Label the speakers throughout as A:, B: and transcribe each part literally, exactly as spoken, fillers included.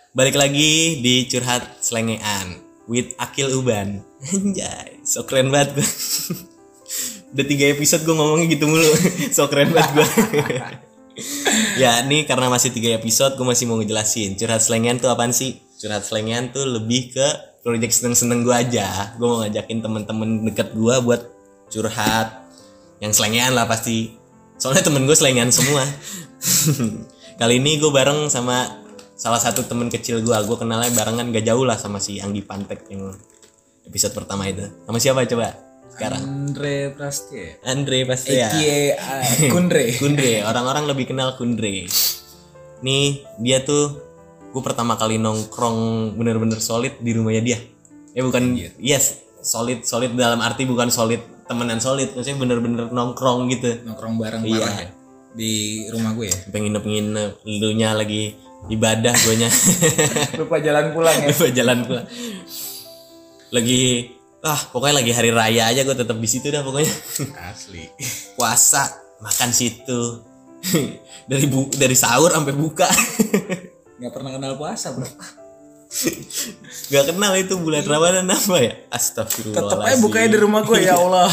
A: Balik lagi di Curhat Selengean with Akil Uban. Anjay, so keren banget gue. Udah tiga episode gue ngomongnya gitu mulu. So keren banget gue. Ya ini karena masih tiga episode, gue masih mau ngejelasin Curhat Selengean tuh apaan sih. Curhat Selengean tuh lebih ke project seneng-seneng gue aja. Gue mau ngajakin temen-temen deket gue buat curhat. Yang selengean lah pasti. Soalnya temen gue selengean semua. Kali ini gue bareng sama salah satu temen kecil gue. Gue kenalnya barengan gak jauh lah sama si Anggi Pantek yang episode pertama itu. Sama siapa coba sekarang?
B: Andre Prasetya.
A: Andre Prasetya.
B: A K A Kundre.
A: Kundre. Orang-orang lebih kenal Kundre. Nih dia tuh gue pertama kali nongkrong bener-bener solid di rumahnya dia. Eh bukan, yes, solid solid dalam arti bukan solid temenan solid, maksudnya bener-bener nongkrong gitu.
B: Nongkrong bareng
A: Iya.
B: bareng ya. Di rumah gue ya.
A: Pengen nginep-nginep, elunya lagi ibadah, guanya
B: Lupa jalan pulang ya.
A: lupa jalan pulang. Lagi, ah pokoknya lagi hari raya aja gue tetap di situ dah pokoknya.
B: Asli.
A: Puasa makan situ dari bu dari sahur sampai buka.
B: Nggak pernah kenal puasa bro.
A: Gak kenal itu bulan Ramadan apa ya? Astagfirullahaladzim.
B: Tetep aja bukanya di rumah gue ya Allah.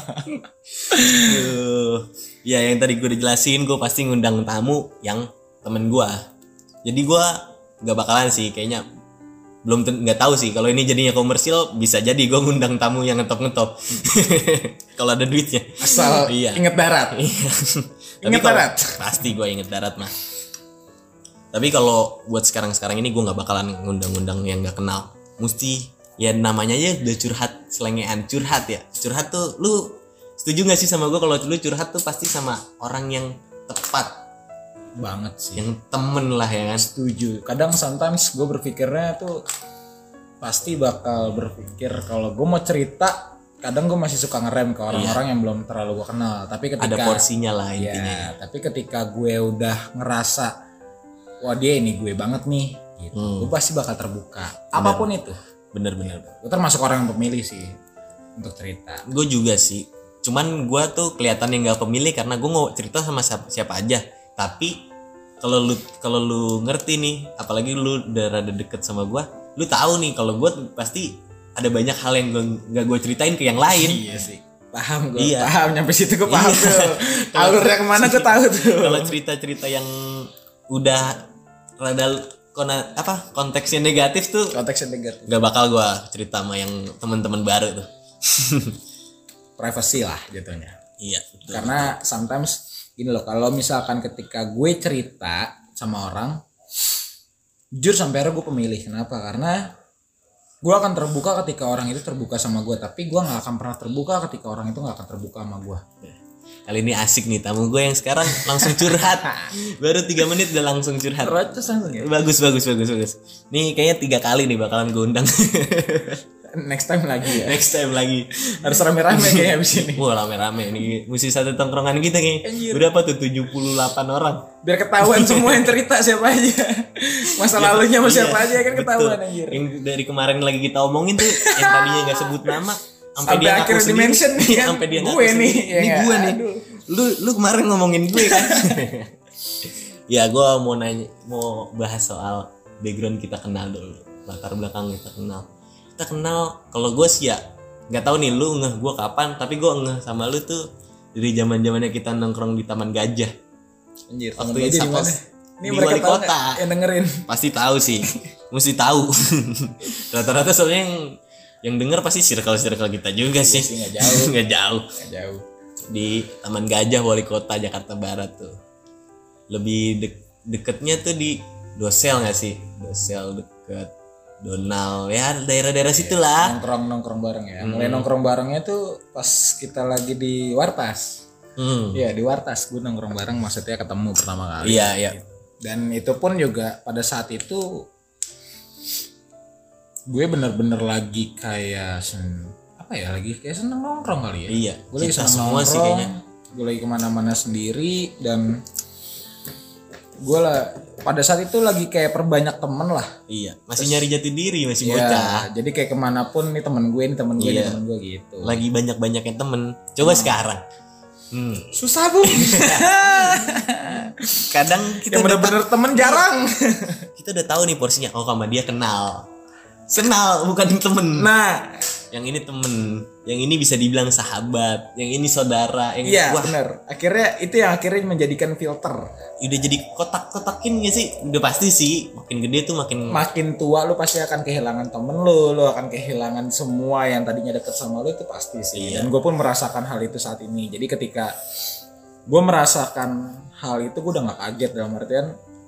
A: Aduh. Ya yang tadi gue udah jelasin, gue pasti ngundang tamu yang temen gue. Jadi gue gak bakalan sih, kayaknya belum nggak tahu sih. Kalau ini jadinya komersil, bisa jadi gue ngundang tamu yang ngetop-ngetop. Kalau ada duitnya.
B: Asal
A: iya.
B: inget darat.
A: Tapi
B: Ingat
A: kalau-
B: darat.
A: Pasti gue inget darat mah. Tapi kalau buat sekarang-sekarang ini gue nggak bakalan ngundang-ngundang yang nggak kenal. Mesti ya namanya aja udah curhat selengean, curhat ya. Curhat tuh lu setuju nggak sih sama gue kalau lu curhat tuh pasti sama orang yang tepat,
B: Banget sih.
A: yang temen lah ya kan.
B: Setuju. Kadang sometimes gue berpikirnya tuh pasti bakal berpikir kalau gue mau cerita, kadang gue masih suka ngerem ke orang-orang yang belum terlalu gue kenal. Tapi ketika
A: Ada porsinya lah intinya.
B: ya, tapi ketika gue udah ngerasa wah dia ini gue banget nih, gitu,
A: Hmm.
B: gue pasti bakal terbuka. Apapun itu.
A: Bener-bener.
B: Gue termasuk orang yang pemilih sih untuk cerita.
A: Gue juga sih. Cuman gue tuh kelihatannya nggak pemilih karena gue mau cerita sama siapa, siapa aja. Tapi kalau lu kalau lu ngerti nih, apalagi lu udah rada deket sama gue, lu tahu nih kalau gue pasti ada banyak hal yang gue nggak gue ceritain ke yang lain.
B: Iya sih. Paham gue.
A: Iya.
B: Paham nyampe situ gue paham
A: Iya.
B: tuh. Alurnya kemana gue tahu tuh.
A: Kalau cerita-cerita yang udah rada kona, apa konteksnya negatif tuh
B: Konteksnya negatif.
A: nggak bakal gue cerita sama yang teman-teman baru tuh.
B: Privacy lah jatuhnya.
A: Iya. Betul.
B: Karena sometimes gini loh, kalau misalkan ketika gue cerita sama orang, jujur sampai akhirnya gue pemilih. Kenapa? Karena gue akan terbuka ketika orang itu terbuka sama gue, tapi gue nggak akan pernah terbuka ketika orang itu nggak akan terbuka sama gue.
A: Kali ini asik nih tamu gue yang sekarang langsung curhat. Baru tiga menit udah langsung curhat.
B: Terus langsung ya.
A: Bagus bagus bagus bagus. Nih kayaknya tiga kali nih bakalan gue undang.
B: Next time lagi ya.
A: Next time lagi.
B: Harus rame-rame kayaknya abis ini.
A: Wah rame-rame nih. Mesti satu tongkrongan kita kayaknya.
B: Anjir.
A: Udah apa tuh tujuh puluh delapan orang.
B: Biar ketahuan semua yang cerita siapa aja. Masa lalunya sama siapa
A: Iya,
B: aja kan ketahuan
A: betul.
B: anjir.
A: Yang dari kemarin lagi kita omongin tuh yang tadinya nggak sebut nama sampai
B: Sampai
A: dia ngaku
B: akhirnya
A: sendiri.
B: di-mention nih
A: Iya,
B: kan.
A: sampai dia ngaku
B: Gue nih,
A: sendiri.
B: ya
A: Ini
B: nggak?
A: gue nih.
B: Aduh.
A: Lu lu kemarin ngomongin gue kan. Ya gue mau nanya, mau bahas soal background kita kenal dulu, latar belakang kita kenal. Kita kenal, kalau gue sih ya nggak tahu nih lu ngeh gue kapan, tapi gue ngeh sama lu tuh dari zaman zamannya kita nongkrong di Taman Gajah.
B: Anjir,
A: Waktu
B: temen
A: itu
B: aja di mana?
A: Sapos-
B: Ini
A: di
B: mereka
A: wali
B: tahu
A: kota.
B: nggak yang dengerin.
A: Pasti tahu sih, mesti tahu. Rata-rata soalnya yang yang denger pasti circle-circle kita juga sih.
B: sih, nggak jauh.
A: Nggak jauh.
B: Nggak jauh.
A: Di Taman Gajah Wali Kota Jakarta Barat tuh. Lebih dek- deketnya tuh di Dosel nggak sih? Dosel deket Donal ya daerah-daerah situ lah.
B: Nongkrong nongkrong bareng ya. Mulai nongkrong barengnya tuh pas kita lagi di Wartas.
A: Hmm.
B: Iya di Wartas gue nongkrong bareng, maksudnya ketemu pertama kali.
A: Iya iya.
B: Dan itu pun juga pada saat itu gue bener-bener lagi kayak sen, apa ya lagi kayak seneng nongkrong kali ya.
A: Iya.
B: Gue lagi
A: Kita
B: seneng
A: semua
B: nongkrong.
A: sih kayaknya.
B: Gue lagi kemana-mana sendiri dan gue lah pada saat itu lagi kayak perbanyak temen lah.
A: Iya. Masih nyari jati diri, masih
B: Ya,
A: bocah.
B: jadi kayak kemanapun nih temen gue, nih temen gue,
A: Iya.
B: nih temen gue gitu.
A: Lagi banyak-banyaknya temen. Coba sekarang. Hmm.
B: Susah bung.
A: Kadang kita
B: Yang bener-bener temen jarang.
A: kita udah tahu nih porsinya. Oh, sama dia kenal. Kenal bukan temen.
B: Nah,
A: Yang ini temen, yang ini bisa dibilang sahabat, yang ini saudara, yang
B: iya
A: wah
B: bener. Akhirnya itu yang akhirnya menjadikan filter.
A: udah jadi kotak-kotakin gak sih? Udah pasti sih. Makin gede tuh makin
B: Makin tua lu pasti akan kehilangan temen lu, lu akan kehilangan semua yang tadinya deket sama lu, itu pasti sih.
A: Iya.
B: Dan gue pun merasakan hal itu saat ini. Jadi ketika gue merasakan hal itu, gue udah gak kaget dalam artian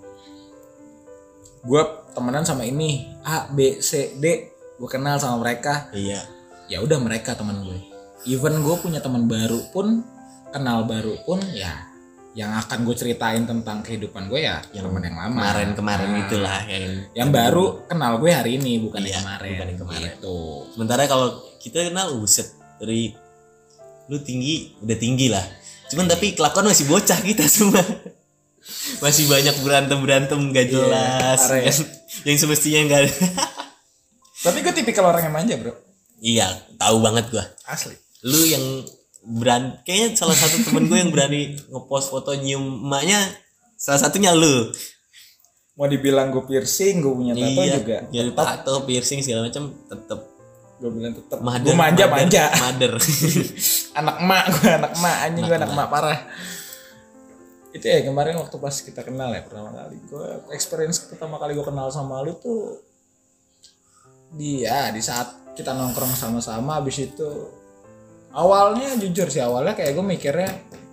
B: gue temenan sama ini A, B, C, D, gue kenal sama mereka.
A: Iya.
B: Ya udah mereka teman gue. Even gue punya teman baru pun, kenal baru pun, ya yang akan gue ceritain tentang kehidupan gue ya yang teman yang lama.
A: Kemarin-kemarin
B: Nah,
A: itulah yang
B: yang baru kenal gue hari ini bukan
A: Iya,
B: yang kemarin.
A: bukan yang kemarin.
B: Gitu.
A: Sementara kalau kita kenal buset dari lu tinggi udah tinggi lah. Cuman tapi kelakuan masih bocah kita semua. Masih banyak berantem-berantem gak
B: Iya,
A: jelas.
B: parah ya.
A: yang, yang semestinya enggak ada.
B: Tapi gue tipikal orang yang manja bro.
A: Iya, tahu banget gua.
B: Asli.
A: Lu yang berani, kayaknya salah satu temen gue yang berani ngepost foto nyium emaknya, salah satunya lu.
B: Mau dibilang gue piercing, gue punya tato
A: Iya,
B: juga.
A: ya tato, piercing segala macam tetep.
B: Gue bilang tetep.
A: Mader,
B: Gue manja
A: mader,
B: manja.
A: Mader.
B: Anak emak gue, anak emak anjing gue
A: Anak
B: anak emak parah. Itu ya kemarin waktu pas kita kenal ya pertama kali. Gue experience pertama kali gue kenal sama lu tuh dia di saat kita nongkrong sama-sama. Abis itu awalnya jujur sih awalnya kayak gue mikirnya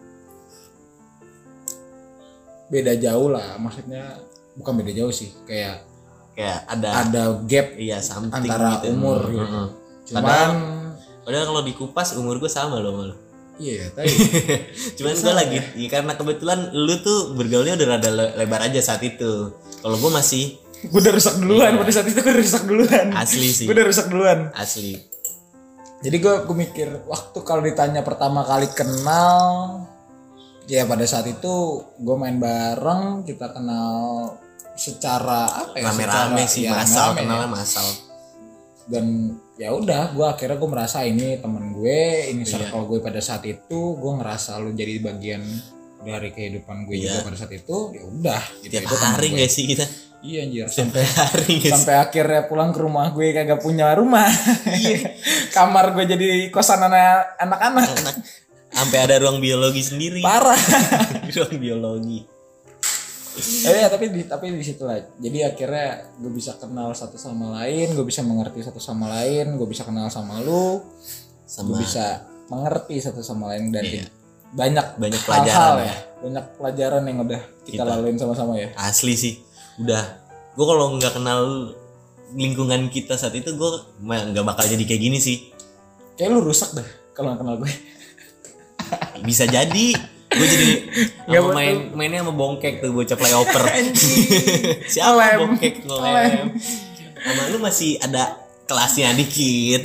B: beda jauh lah, maksudnya bukan beda jauh sih, kayak
A: Kayak ada
B: ada gap
A: iya something
B: antara
A: gitu.
B: umur
A: Hmm,
B: gitu.
A: hmm.
B: Cuman
A: Padahal, padahal kalau dikupas umur gue sama loh sama lu.
B: iya tadi
A: Cuman gue lagi ya, karena kebetulan lu tuh bergaulnya udah rada le- lebar aja saat itu. Kalau gue masih
B: gue udah rusak duluan pada saat itu, gue udah rusak duluan.
A: asli sih.
B: Gue udah rusak duluan.
A: Asli.
B: Jadi gue gue mikir waktu kalau ditanya pertama kali kenal, ya pada saat itu gue main bareng, kita kenal secara apa ya?
A: Rame-rame
B: secara,
A: sih,
B: ya,
A: masal
B: rame-rame
A: kenalnya
B: ya.
A: masal.
B: Dan ya udah, gue akhirnya gue merasa ini temen gue, ini
A: Iya.
B: circle gue pada saat itu, gue ngerasa lu jadi bagian dari kehidupan gue
A: Iya.
B: juga pada saat itu. Ya udah, gitu.
A: Tiap
B: Itu temen
A: hari
B: gue.
A: nggak sih kita?
B: Iya anjir, sampai
A: Hari nggak sih?
B: sampai akhirnya pulang ke rumah gue kagak punya rumah. Kamar gue jadi kosan anak- anak-anak.
A: Anak. Sampai ada ruang biologi sendiri.
B: Parah.
A: Ruang biologi.
B: Eh, ya, tapi di tapi di situ lah. Jadi akhirnya gue bisa kenal satu sama lain, gue bisa mengerti satu sama lain, gue bisa kenal sama lu,
A: Sama
B: gue bisa mengerti satu sama lain dan
A: Iya.
B: banyak
A: Banyak
B: hal-hal
A: pelajaran
B: ya.
A: ya.
B: Banyak pelajaran yang udah kita,
A: Kita.
B: laluin sama-sama ya.
A: asli sih. Udah. Gue kalau nggak kenal lingkungan kita saat itu gue nggak bakal jadi kayak gini sih.
B: Kayak lu rusak dah kalau nggak kenal gue.
A: Bisa jadi gue jadi
B: Nggak
A: sama
B: betul.
A: main mainnya sama bongkek tuh bocah playoper. Siapa
B: Ngelem.
A: bongkek
B: Ngelem.
A: ngelem. Sama lu masih ada kelasnya dikit.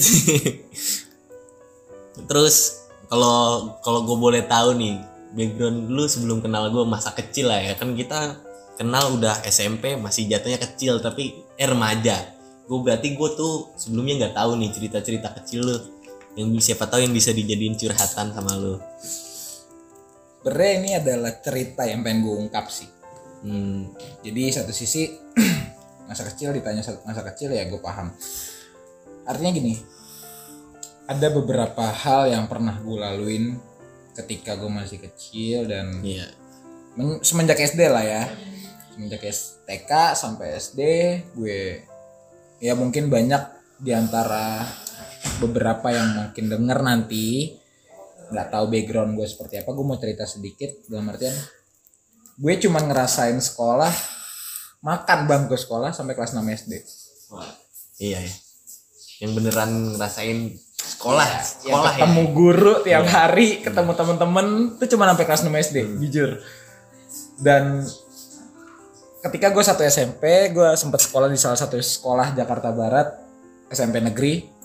A: Terus kalau kalau gue boleh tahu nih background lu sebelum kenal gue masa kecil lah ya, kan kita kenal udah S M P masih jatuhnya kecil tapi eh, remaja. Gue berarti gue tuh sebelumnya nggak tahu nih cerita-cerita kecil lu yang siapa tahu yang bisa dijadiin curhatan sama lu.
B: Sebenarnya ini adalah cerita yang pengen gue ungkap sih.
A: Hmm,
B: Jadi satu sisi masa kecil ditanya masa kecil ya gue paham. Artinya gini, ada beberapa hal yang pernah gue laluin ketika gue masih kecil dan
A: iya.
B: men- semenjak S D lah ya, semenjak S- T K sampai S D gue ya mungkin banyak diantara beberapa yang mungkin denger nanti nggak tahu background gue seperti apa. Gue mau cerita sedikit dalam artian gue cuma ngerasain sekolah, makan bangku sekolah sampai kelas enam S D.
A: Wah, iya ya. Yang beneran ngerasain sekolah,
B: Ya,
A: sekolah ya.
B: ketemu guru tiap hari, ketemu temen-temen itu cuma sampai kelas enam S D, jujur. Dan ketika gue satu S M P, gue sempat sekolah di salah satu sekolah Jakarta Barat, S M P negeri.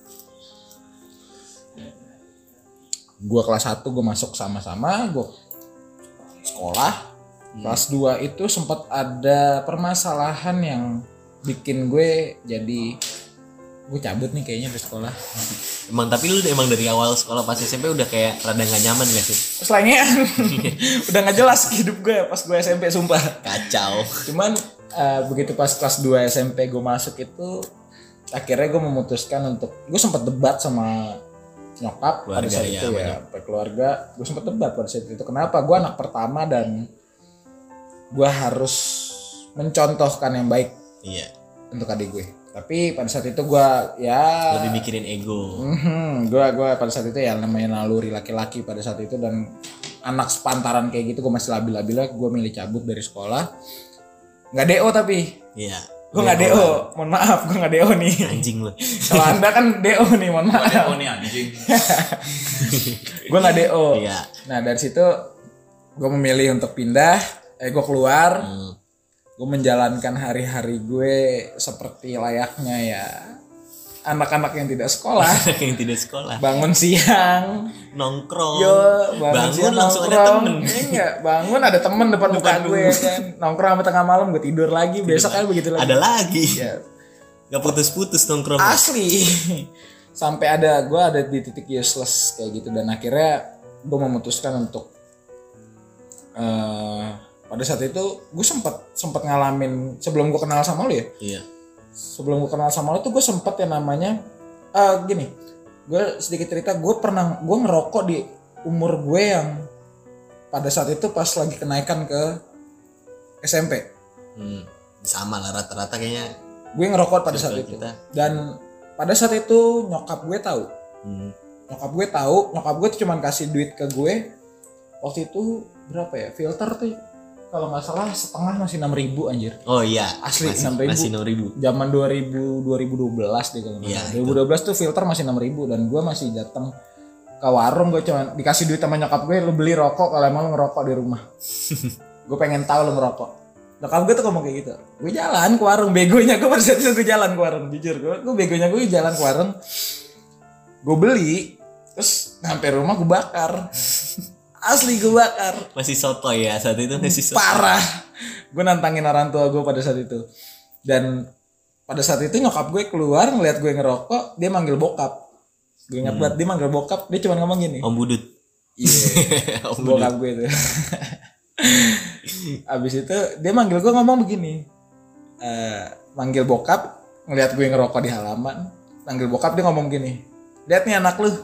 B: Gue kelas satu gue masuk sama-sama, gue sekolah. Kelas dua itu sempat ada permasalahan yang bikin gue jadi gue cabut nih kayaknya dari sekolah.
A: Emang tapi lu emang dari awal sekolah pas S M P udah kayak rada gak nyaman gak sih?
B: Selainnya udah gak jelas hidup gue pas gue S M P sumpah.
A: Kacau.
B: Cuman uh, begitu pas kelas dua S M P gue masuk itu akhirnya gue memutuskan untuk, gue sempat debat sama nyokap
A: Keluarga,
B: pada saat
A: ya,
B: itu ya, sampai keluarga gue sempat debat pada saat itu. Kenapa? Gue anak pertama dan gue harus mencontohkan yang baik
A: Iya.
B: untuk adik gue. Tapi pada saat itu gue ya
A: lebih mikirin ego.
B: Mm-hmm, gue gue pada saat itu ya namanya naluri laki-laki pada saat itu, dan anak sepantaran kayak gitu gue masih labil-labilnya, gue milih cabut dari sekolah. Nggak D O tapi.
A: Iya.
B: Gue nggak D O, mohon maaf gue nggak D O nih.
A: Anjing lu.
B: Kalau anda kan D O nih, mohon maaf.
C: D O nih anjing.
B: Gue nggak D O.
A: Iya.
B: Nah dari situ gue memilih untuk pindah, eh gue keluar.
A: Hmm.
B: Gue menjalankan hari-hari gue seperti layaknya ya anak-anak yang tidak sekolah.
A: Yang tidak sekolah.
B: Bangun siang,
A: Nongkrong.
B: yo bangun,
A: bangun
B: siang
A: langsung ada
B: nongkrong.
A: temen.
B: Enggak, bangun ada temen depan muka
A: Depan
B: gue kan. Nongkrong sampai tengah malam, gue tidur lagi, besok kan begitu lagi.
A: Ada lagi.
B: Ya,
A: Gak putus-putus nongkrong.
B: asli. Sampai ada gue ada di titik useless kayak gitu, dan akhirnya gue memutuskan untuk uh, pada saat itu gue sempat sempat ngalamin sebelum gue kenal sama lo ya.
A: Iya.
B: Sebelum gue kenal sama lo tuh gue sempet yang namanya uh, gini, gue sedikit cerita, gue pernah gue ngerokok di umur gue yang pada saat itu pas lagi kenaikan ke S M P.
A: Hmm. Sama lah rata-rata kayaknya.
B: Gue ngerokok pada saat itu.
A: Kita.
B: Dan pada saat itu nyokap gue tahu.
A: Hmm.
B: Nyokap gue tahu, nyokap gue tuh cuman kasih duit ke gue waktu itu berapa ya? Filter tuh kalau nggak salah setengah masih enam ribu anjir.
A: Oh iya.
B: Asli
A: masih,
B: enam ribu.
A: Masih enam ribu.
B: Zaman dua ribu dua ribu dua belas deh kalau nggak
A: Iya,
B: salah. dua ribu dua belas tuh filter masih enam ribu, dan gue masih datang ke warung, gue cuma dikasih duit sama nyokap gue, lu beli rokok kalau emang lu ngerokok di rumah. Gue pengen tahu lu ngerokok. Nyokap gue tuh ngomong kayak gitu. Gue jalan ke warung, begonya gue pada saat itu gue jalan ke warung, jujur gue, gue begonya gue jalan ke warung. Gue beli, terus sampai rumah gue bakar. Asli gue bakar.
A: Masih sotoy ya saat itu, masih sotoy.
B: Parah. Gue nantangin orang tua gue pada saat itu. Dan pada saat itu nyokap gue keluar ngeliat gue ngerokok, dia manggil bokap. Gue ingat
A: Hmm.
B: banget dia manggil bokap, dia cuma ngomong gini.
A: Om Budut.
B: Iya.
A: Om Budut.
B: Bokap gue itu. Abis itu dia manggil gue ngomong begini. Eh, manggil bokap, ngeliat gue ngerokok di halaman. Manggil bokap, dia ngomong gini. Lihat nih anak lu.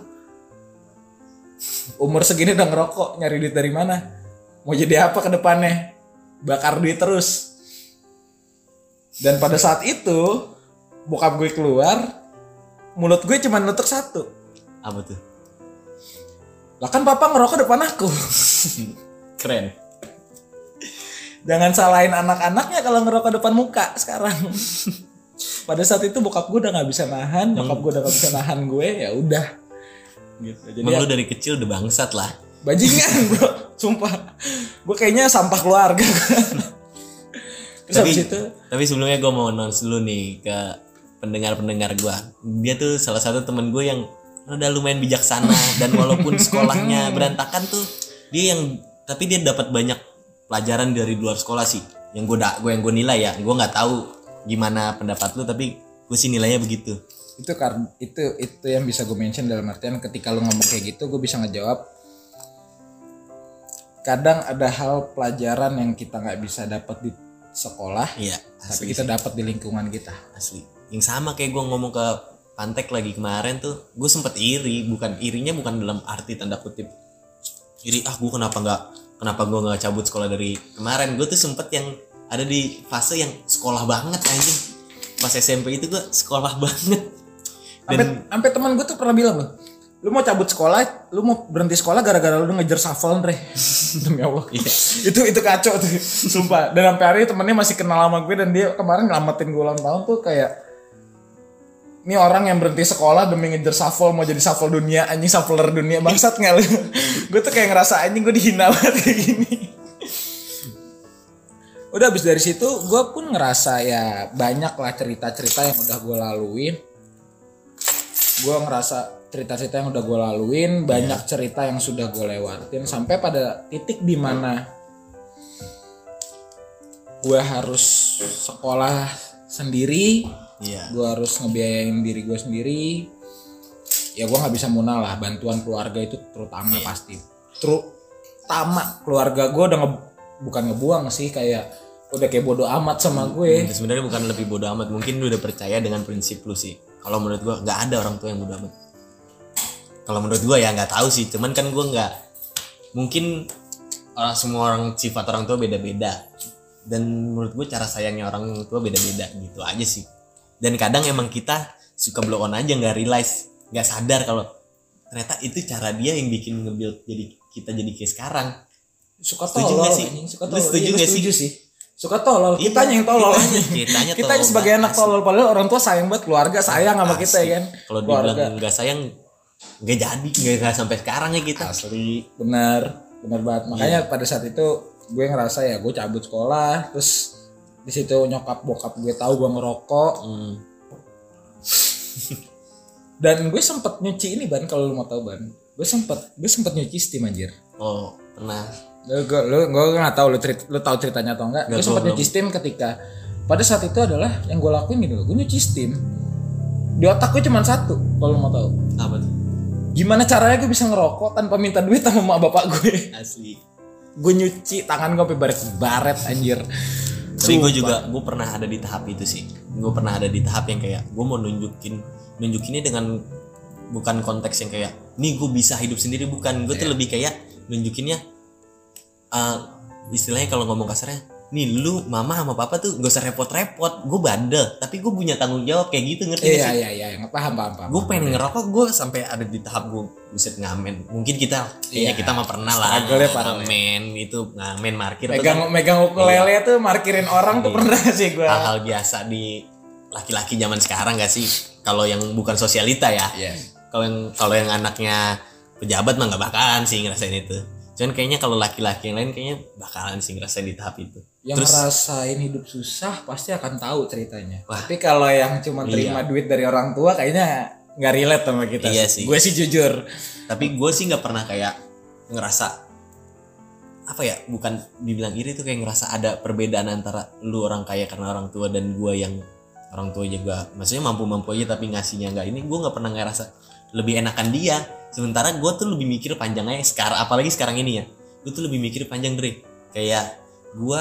B: Umur segini udah ngerokok, nyari duit dari mana? Mau jadi apa ke depannya? Bakar duit terus. Dan pada saat itu bokap gue keluar, mulut gue cuma nutuk satu.
A: Apa tuh?
B: Lah kan papa ngerokok depan aku.
A: Keren.
B: Jangan salahin anak-anaknya kalau ngerokok depan muka sekarang. Pada saat itu bokap gue udah nggak bisa nahan, bokap gue udah nggak bisa nahan gue, ya udah. Gitu. Jadi
A: Emang
B: ya,
A: lu dari kecil udah bangsat lah.
B: bajingan gue, sumpah. Gue kayaknya sampah keluarga. Terus
A: Tapi,
B: habis itu,
A: tapi sebelumnya gue mau announce dulu nih ke pendengar-pendengar gue. Dia tuh salah satu temen gue yang udah lumayan bijaksana, dan walaupun sekolahnya berantakan tuh dia yang tapi dia dapat banyak pelajaran dari luar sekolah sih. Yang gue da, gue yang gue nilai ya. Gue nggak tahu gimana pendapat lu, tapi gue sih nilainya begitu.
B: itu karena itu itu yang bisa gue mention dalam artian ketika lu ngomong kayak gitu, gue bisa ngejawab. Kadang ada hal pelajaran yang kita nggak bisa dapat di sekolah,
A: Iya,
B: tapi
A: asli
B: kita
A: sih.
B: dapat di lingkungan kita.
A: Asli. Yang sama kayak gue ngomong ke Pantek lagi kemarin tuh, gue sempet iri. Bukan irinya bukan dalam arti tanda kutip iri, ah gue kenapa nggak kenapa gue nggak cabut sekolah dari kemarin. Gue tuh sempet yang ada di fase yang sekolah banget anjing. Pas S M P itu gue sekolah banget.
B: Sampai
A: Dan
B: sampai teman gue tuh pernah bilang loh, lu mau cabut sekolah, lu mau berhenti sekolah gara-gara lu ngejar shuffle, Andre. Demi Allah.
A: Iya.
B: itu itu kacau tuh, sumpah. Dan sampai hari ini temennya masih kenal sama gue, dan dia kemarin ngelamatin gue ulang tahun tuh kayak, ini orang yang berhenti sekolah demi ngejar shuffle, mau jadi shuffle dunia, anjing shuffler dunia, bangsat nggak lu? Gue tuh kayak ngerasa anjing gue dihina banget kayak gini. Udah habis dari situ gue pun ngerasa ya banyak lah cerita-cerita yang udah gue laluin. Gue ngerasa cerita-cerita yang udah gue laluin, banyak cerita yang sudah gue lewatin, sampai pada titik dimana gue harus sekolah sendiri,
A: Iya.
B: Gue harus ngebiayain diri gue sendiri. Ya gue nggak bisa munah lah, bantuan keluarga itu terutama
A: Iya.
B: pasti. Terutama keluarga gue udah nge, bukan ngebuang sih, kayak udah kayak bodo amat sama gue.
A: Hmm, sebenarnya bukan lebih bodo amat, mungkin lu udah percaya dengan prinsip lu sih. Kalau menurut gua nggak ada orang tua yang bodo amat. Kalau menurut gua ya nggak tahu sih, cuman kan gua nggak, mungkin orang semua orang sifat orang tua beda-beda, dan menurut gua cara sayangnya orang tua beda-beda gitu aja sih. Dan kadang emang kita suka blow on aja, nggak realize, nggak sadar kalau ternyata itu cara dia yang bikin nge-build jadi kita jadi kayak sekarang.
B: Suka
A: Setuju
B: tolol
A: nggak sih?
B: anjing, suka
A: Lu
B: tolol.
A: setuju
B: Iya,
A: nggak
B: setuju
A: sih?
B: sih. Suka tolol,
A: Iya,
B: kitanya yang tolol.
A: kitanya- kitanya
B: Kitanya
A: tolol
B: sebagai anak
A: banget,
B: tolol, padahal orang tua sayang banget, keluarga sayang sama
A: Asli.
B: kita ya kan.
A: Kalau
B: Keluarga.
A: dibilang nggak sayang, nggak jadi, nggak nggak sampai sekarang ya kita.
B: Asli, benar, benar banget. Makanya pada saat itu gue ngerasa ya gue cabut sekolah, terus di situ nyokap bokap gue tahu gue ngerokok,
A: Hmm.
B: dan gue sempet nyuci ini ban, kalau lu mau tahu ban, gue sempet gue sempet nyuci steam anjir.
A: Oh pernah.
B: Lu gue lu gue nggak tahu lu cerit, lu tahu ceritanya atau enggak?
A: Nggak,
B: Gue sempet
A: gua
B: nyuci steam ketika pada saat itu adalah yang gue lakuin gini loh, gue nyuci steam. Di otak gue cuma satu, kalau lu mau tahu.
A: Apa tuh?
B: Gimana caranya gue bisa ngerokok tanpa minta duit sama mak bapak gue?
A: Asli.
B: Gue nyuci tangan gue sampai baret baret anjir.
A: Tapi gue juga, gue pernah ada di tahap itu sih. Gue pernah ada di tahap yang kayak gue mau nunjukin, nunjukinnya dengan bukan konteks yang kayak, nih gue bisa hidup sendiri, bukan. Gue tuh lebih kayak nunjukinnya, uh, istilahnya kalau ngomong kasarnya, nih lu mama sama papa tuh gak usah repot-repot, gue bandel, tapi gue punya tanggung jawab kayak gitu, ngerti gak
B: Iya
A: sih?
B: iya iya, yang paham paham paham.
A: Gue pengen ngerokok, gue sampai ada di tahap gue buset ngamen. Mungkin kita, kayaknya
B: Iya.
A: kita mah pernah lah
B: Struggle-nya parah,
A: ngamen itu, ngamen markir. tuh
B: megang
A: kan
B: megang ukulele tuh markirin orang tuh
A: Iya.
B: pernah sih gue.
A: hal-hal biasa di laki-laki zaman sekarang gak sih? Kalau yang bukan sosialita ya.
B: Iya.
A: Kalau yang kalau yang anaknya pejabat mah nggak bakalan sih ngerasain itu. Cuman kayaknya kalau laki-laki yang lain kayaknya bakalan sih ngerasain di tahap itu.
B: Yang
A: Terus
B: ngerasain hidup susah pasti akan tahu ceritanya.
A: Wah.
B: Tapi kalau yang cuma
A: Iya.
B: terima duit dari orang tua kayaknya nggak relate sama kita.
A: Iya sih.
B: Gue sih jujur.
A: tapi gue sih nggak pernah kayak ngerasa apa ya, bukan dibilang iri tuh, kayak ngerasa ada perbedaan antara lu orang kaya karena orang tua dan gue yang orang tua juga maksudnya mampu-mampu aja tapi ngasihnya nggak ini. Gue nggak pernah ngerasa lebih enakan dia, sementara gue tuh lebih mikir panjangnya sekarang, apalagi sekarang ini ya, gue tuh lebih mikir panjang Dre. Kayak gue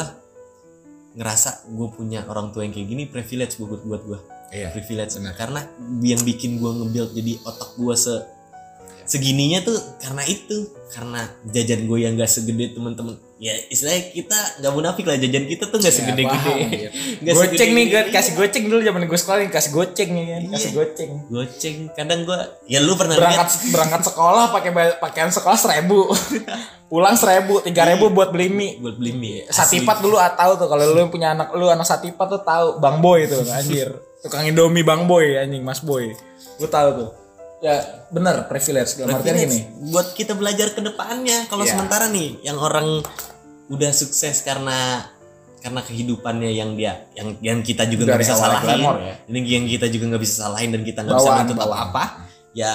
A: ngerasa gue punya orang tua yang kayak gini privilege buat buat gue.
B: Iya.
A: Privilege karena yang bikin gue nge-build jadi otak gue se segininya tuh karena itu, karena jajan gue yang gak segede temen-temen ya, istilahnya kita nggak munafik lah, jajan kita tuh nggak
B: Ya,
A: segede-gede.
B: paham, iya.
A: Nggak
B: Goceng
A: segede-gede.
B: nih, gue kasih goceng dulu zaman gue sekolah nih, kasih goceng nih kan, kasih
A: Iya.
B: goceng.
A: Goceng kadang gue ya, lu pernah
B: Berangkat
A: lihat
B: berangkat sekolah pakai ba- pakaian sekolah seribu, pulang seribu, tiga ribu buat beli mie.
A: buat beli mie.
B: Satipat dulu ah, tahu tuh, kalau lu punya anak, lu anak Satipat tuh tahu, Bang Boy tuh anjir. Tukang Indomie Bang Boy anjing, Mas Boy. Lu tahu tuh. Ya bener, privilege. Dalam artian
A: Privilege
B: gini.
A: buat kita belajar ke depannya. Kalau
B: Iya.
A: sementara nih yang orang udah sukses karena karena kehidupannya yang dia yang yang kita juga nggak
B: Dari
A: bisa
B: awal
A: salahin,
B: glamour ya.
A: ini yang kita juga nggak bisa salahin dan kita nggak bisa
B: Bawaan,
A: nuntut
B: bawaan.
A: apa-apa, ya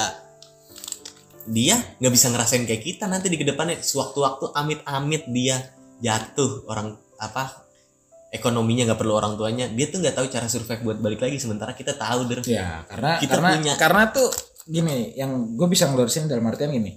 A: dia nggak bisa ngerasain kayak kita nanti di kedepannya. Sewaktu-waktu amit-amit dia jatuh, orang apa ekonominya nggak perlu orang tuanya, dia tuh nggak tahu cara survive buat balik lagi, sementara kita tahu Der.
B: Ya, karena
A: Kita
B: karena
A: punya.
B: karena tuh gini, yang gue bisa ngelurusin dalam artian gini.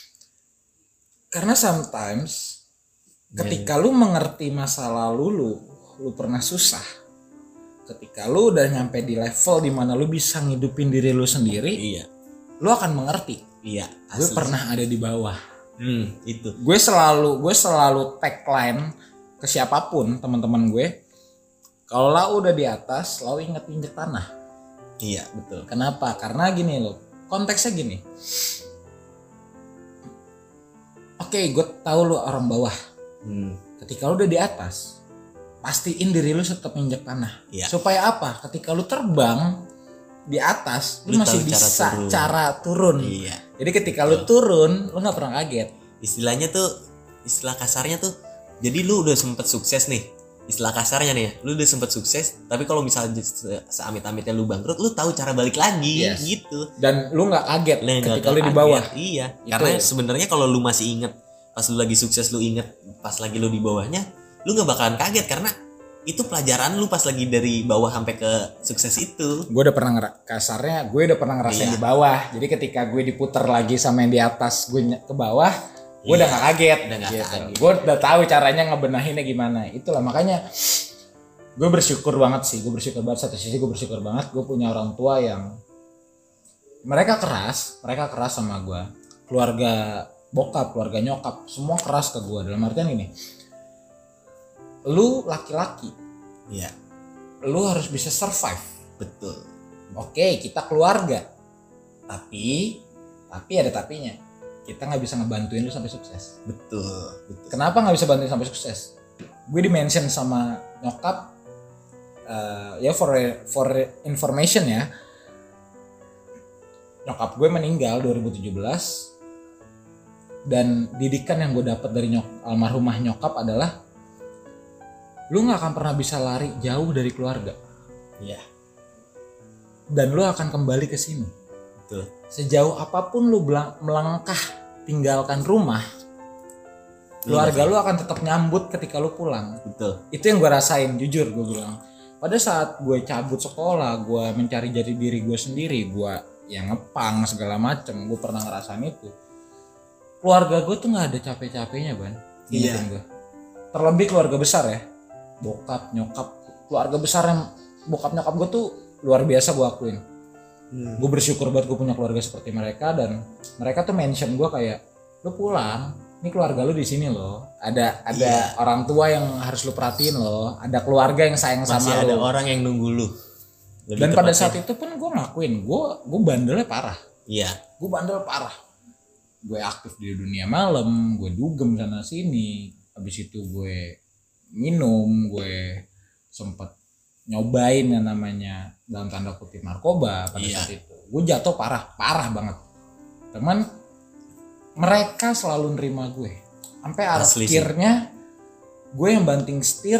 B: Karena sometimes ketika lu mengerti masa lalu lu, lu pernah susah. Ketika lu udah nyampe di level dimana lu bisa ngidupin diri lu sendiri,
A: Iya,
B: lu akan mengerti.
A: iya.
B: Gue
A: asli.
B: pernah ada di bawah.
A: Hmm, itu.
B: Gue selalu gue selalu tagline ke siapapun teman-teman gue, kalau lau udah di atas, lau inget-inget tanah.
A: Iya, betul.
B: Kenapa? Karena gini loh, konteksnya gini. Oke, gue tahu lu orang bawah.
A: Hmm,
B: Ketika lu udah di atas, pastiin diri lu tetap injek tanah.
A: Iya.
B: Supaya apa? Ketika lu terbang di atas, lu,
A: Lu
B: masih
A: tahu cara
B: bisa
A: turun.
B: cara turun.
A: iya.
B: Jadi ketika lu turun, lu nggak pernah kaget.
A: Istilahnya tuh, istilah kasarnya tuh, jadi lu udah sempet sukses nih. Istilah kasarnya nih ya, lu udah sempet sukses, tapi kalau misalnya se- seamit-amitnya lu bangkrut, lu tahu cara balik lagi.
B: Yes.
A: Gitu.
B: Dan lu nggak kaget
A: Nah,
B: ketika
A: nggak
B: lu di
A: kaget.
B: bawah.
A: Iya.
B: Itu.
A: Karena sebenarnya kalau lu masih inget pas lu lagi sukses, lu inget pas lagi lu di bawahnya, lu nggak bakalan kaget karena itu pelajaran lu pas lagi dari bawah sampai ke sukses itu.
B: Gue udah pernah ngera- kasarnya gue udah pernah ngerasain
A: Iya.
B: di bawah. Jadi ketika gue diputer lagi sama yang di atas, gue ny- ke bawah, gue udah
A: Iya.
B: gak kaget.
A: Udah nggak
B: gitu.
A: kaget.
B: Gue udah tahu caranya ngebenahinnya gimana. Itulah makanya gue bersyukur banget sih. Gue bersyukur banget, satu sisi gue bersyukur banget gue punya orang tua yang mereka keras, mereka keras sama gue. Keluarga bokap, keluarga nyokap, semua keras ke gue. Dalam artian ini, lu laki-laki,
A: Iya,
B: lu harus bisa survive.
A: betul.
B: Oke, kita keluarga, tapi tapi ada tapinya. Kita nggak bisa ngebantuin lu sampai sukses.
A: Betul, betul.
B: Kenapa nggak bisa bantuin sampai sukses? Gue di mention sama nyokap, uh, ya for for information ya, nyokap gue meninggal dua ribu tujuh belas dan didikan yang gue dapat dari nyok almarhumah nyokap adalah lu nggak akan pernah bisa lari jauh dari keluarga.
A: Iya,
B: Dan lu akan kembali ke sini.
A: betul.
B: Sejauh apapun lu belang- melangkah tinggalkan rumah, keluarga lu akan tetap nyambut ketika lu pulang.
A: Betul.
B: Itu yang gue rasain, jujur gue bilang. Pada saat gue cabut sekolah, gue mencari jati diri gue sendiri, gue yang ngepang segala macem, gue pernah ngerasain itu. Keluarga gue tuh nggak ada capek-capeknya, Ban.
A: Iya.
B: Gue. Terlebih keluarga besar ya, bokap, nyokap, keluarga besar yang bokap nyokap gue tuh luar biasa gue akuin.
A: Hmm.
B: Gue bersyukur banget gue punya keluarga seperti mereka dan mereka tuh mention gue kayak, lu pulang, ini keluarga lu di sini loh. Ada ada
A: Iya.
B: orang tua yang harus lu perhatiin loh. Ada keluarga yang sayang
A: Masih
B: sama
A: ada
B: lu.
A: orang yang nunggu lu. Lebih
B: Dan pada
A: tepatnya.
B: saat itu pun gue ngakuin, gue gue bandelnya parah.
A: Iya,
B: Gue bandel parah. Gue aktif di dunia malam, gue dugem sana sini. Habis itu gue minum, gue sempet nyobain yang namanya dalam tanda kutip narkoba pada
A: Iya.
B: saat itu. Gue jatuh parah, parah banget. Teman mereka selalu nerima gue. Sampai
A: Asli sih.
B: akhirnya gue yang banting setir,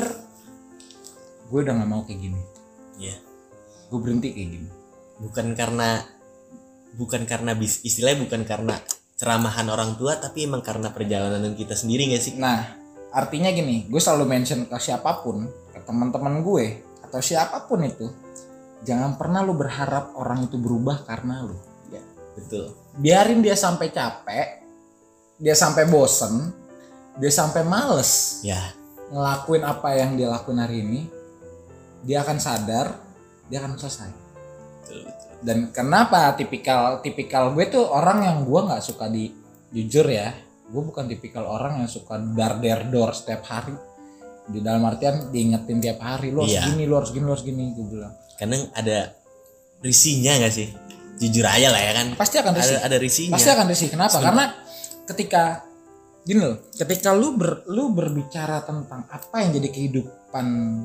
B: gue udah nggak mau kayak gini.
A: iya.
B: Gue berhenti kayak gini.
A: Bukan karena bukan karena bis, istilahnya bukan karena ceramahan orang tua, tapi emang karena perjalanan kita sendiri nggak sih?
B: Nah, artinya gini, gue selalu mention ke siapapun, ke teman-teman gue atau siapapun itu, jangan pernah lu berharap orang itu berubah karena lu.
A: Ya, betul.
B: Biarin dia sampai capek, dia sampai bosen, dia sampai males
A: Ya,
B: ngelakuin apa yang dia lakuin hari ini, dia akan sadar, dia akan selesai.
A: betul, betul.
B: Dan kenapa tipikal tipikal gue tuh orang yang gue nggak suka di jujur ya, gue bukan tipikal orang yang suka dar der dor setiap hari. Di dalam artian diingetin tiap hari, lu harus
A: Iya.
B: gini, lu harus gini, lu harus gini, gue bilang.
A: Kadang ada risihnya nggak sih? Jujur aja lah ya kan.
B: Pasti akan risih.
A: Ada ada risihnya.
B: Pasti akan risih. Kenapa? Karena ketika gini loh, ketika lu ber, lu berbicara tentang apa yang jadi kehidupan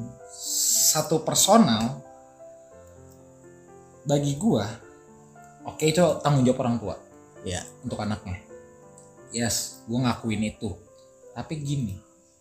B: satu personal, bagi gua, oke itu tanggung jawab orang tua
A: Ya,
B: untuk anaknya. Yes, gua ngakuin itu. Tapi gini,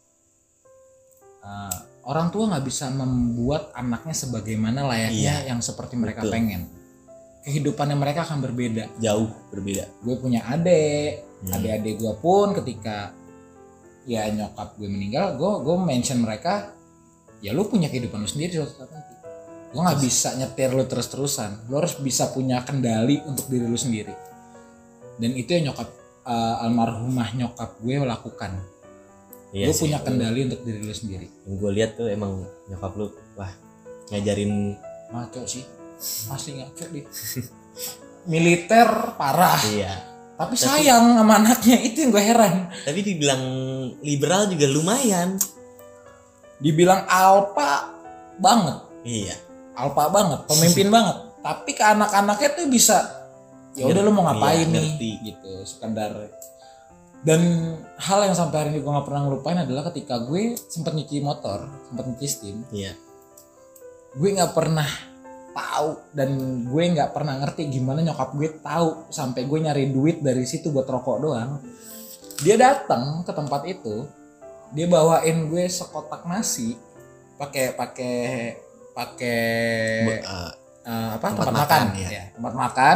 B: uh, orang tua nggak bisa membuat anaknya sebagaimana layaknya yang seperti mereka
A: Betul.
B: pengen. Kehidupannya mereka akan berbeda.
A: jauh berbeda.
B: Gue punya adik,
A: Hmm.
B: adik-adik gue pun ketika ya nyokap gue meninggal, gue gue mention mereka, ya lu punya kehidupan lu sendiri suatu saat nanti. Gue nggak bisa nyetir lu terus-terusan, lu harus bisa punya kendali untuk diri lu sendiri. Dan itu yang nyokap uh, almarhumah nyokap gue lakukan.
A: Iya
B: Gue
A: sih.
B: punya kendali untuk diri lu sendiri.
A: Yang gue lihat tuh emang nyokap lu, wah ngajarin.
B: Ngaco sih, masih ngaco deh. Militer parah,
A: Iya.
B: tapi sayang sama anaknya, itu yang gue heran.
A: Tapi dibilang liberal juga lumayan.
B: Dibilang alpa banget.
A: Iya.
B: Alpa banget, pemimpin banget. Tapi ke anak-anaknya tuh bisa, ya udah lu mau ngapain
A: Iya,
B: nih,
A: ngerti.
B: gitu, sekedar. Dan hal yang sampai hari ini gue nggak pernah ngelupain adalah ketika gue sempat nyuci motor, sempat nyuci steam,
A: Iya.
B: gue nggak pernah tahu dan gue nggak pernah ngerti gimana nyokap gue tahu sampai gue nyari duit dari situ buat rokok doang. Dia datang ke tempat itu, dia bawain gue sekotak nasi, pakai pakai pakai
A: Be- uh,
B: uh, apa
A: tempat
B: tempat,
A: makan,
B: makan,
A: ya.
B: ya, tempat makan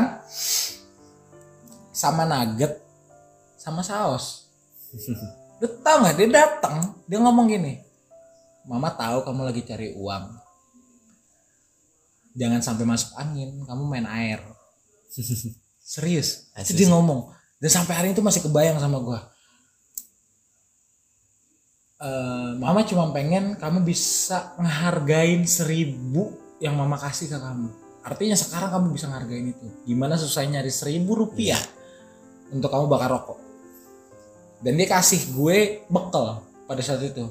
B: sama nugget sama saus. Lu tau nggak, dia datang dia ngomong gini, mama tahu kamu lagi cari uang, jangan sampai masuk angin, kamu main air. Serius, itu dia ngomong. Dan sampai hari itu masih kebayang sama gue. Uh, mama cuma pengen kamu bisa ngehargain seribu yang mama kasih ke kamu. Artinya sekarang kamu bisa ngehargain itu. Gimana susahnya nyari seribu rupiah yeah. untuk kamu bakar rokok. Dan dia kasih gue bekal pada saat itu.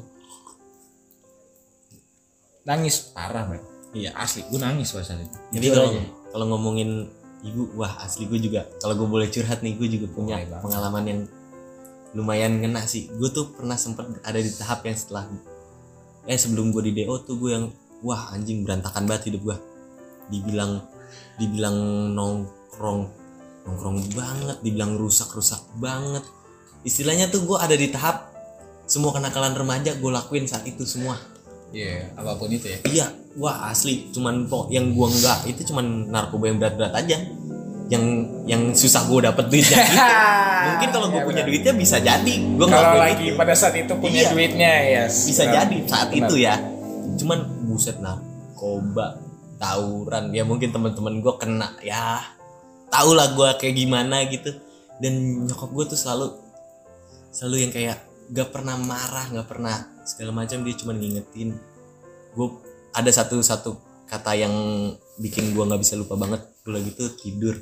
B: Nangis parah man.
A: Iya
B: asli, gue nangis pada saat itu.
A: Jadi kalau kalau ngomongin ibu, wah asli gue juga kalau gue boleh curhat nih, gue juga punya oh, pengalaman yang lumayan ngena sih. Gue tuh pernah sempet ada di tahap yang setelah eh sebelum gue di D O tuh gue yang wah anjing berantakan banget hidup gue. Dibilang dibilang nongkrong nongkrong banget, dibilang rusak-rusak banget. Istilahnya tuh gue ada di tahap semua kenakalan remaja gue lakuin saat itu semua.
B: Iya, yeah, apapun itu ya.
A: Iya, wah asli cuman kok yang gua enggak itu cuman narkoba yang berat-berat aja. Yang yang susah gua dapet duitnya gitu. Mungkin kalau gua ya, punya bener. duitnya bisa jadi gua
B: kalau lagi itu. Pada saat itu punya iya, duitnya ya. Yes.
A: Bisa benar. Jadi saat benar. Itu ya. Cuman buset narkoba, tawuran, ya mungkin teman-teman gua kena ya. Tahu lah gua kayak gimana gitu. Dan nyokap gua tuh selalu selalu yang kayak gak pernah marah, gak pernah segala macam, dia cuma ngingetin gue. Ada satu satu kata yang bikin gue nggak bisa lupa banget. Gue lagi tuh tidur,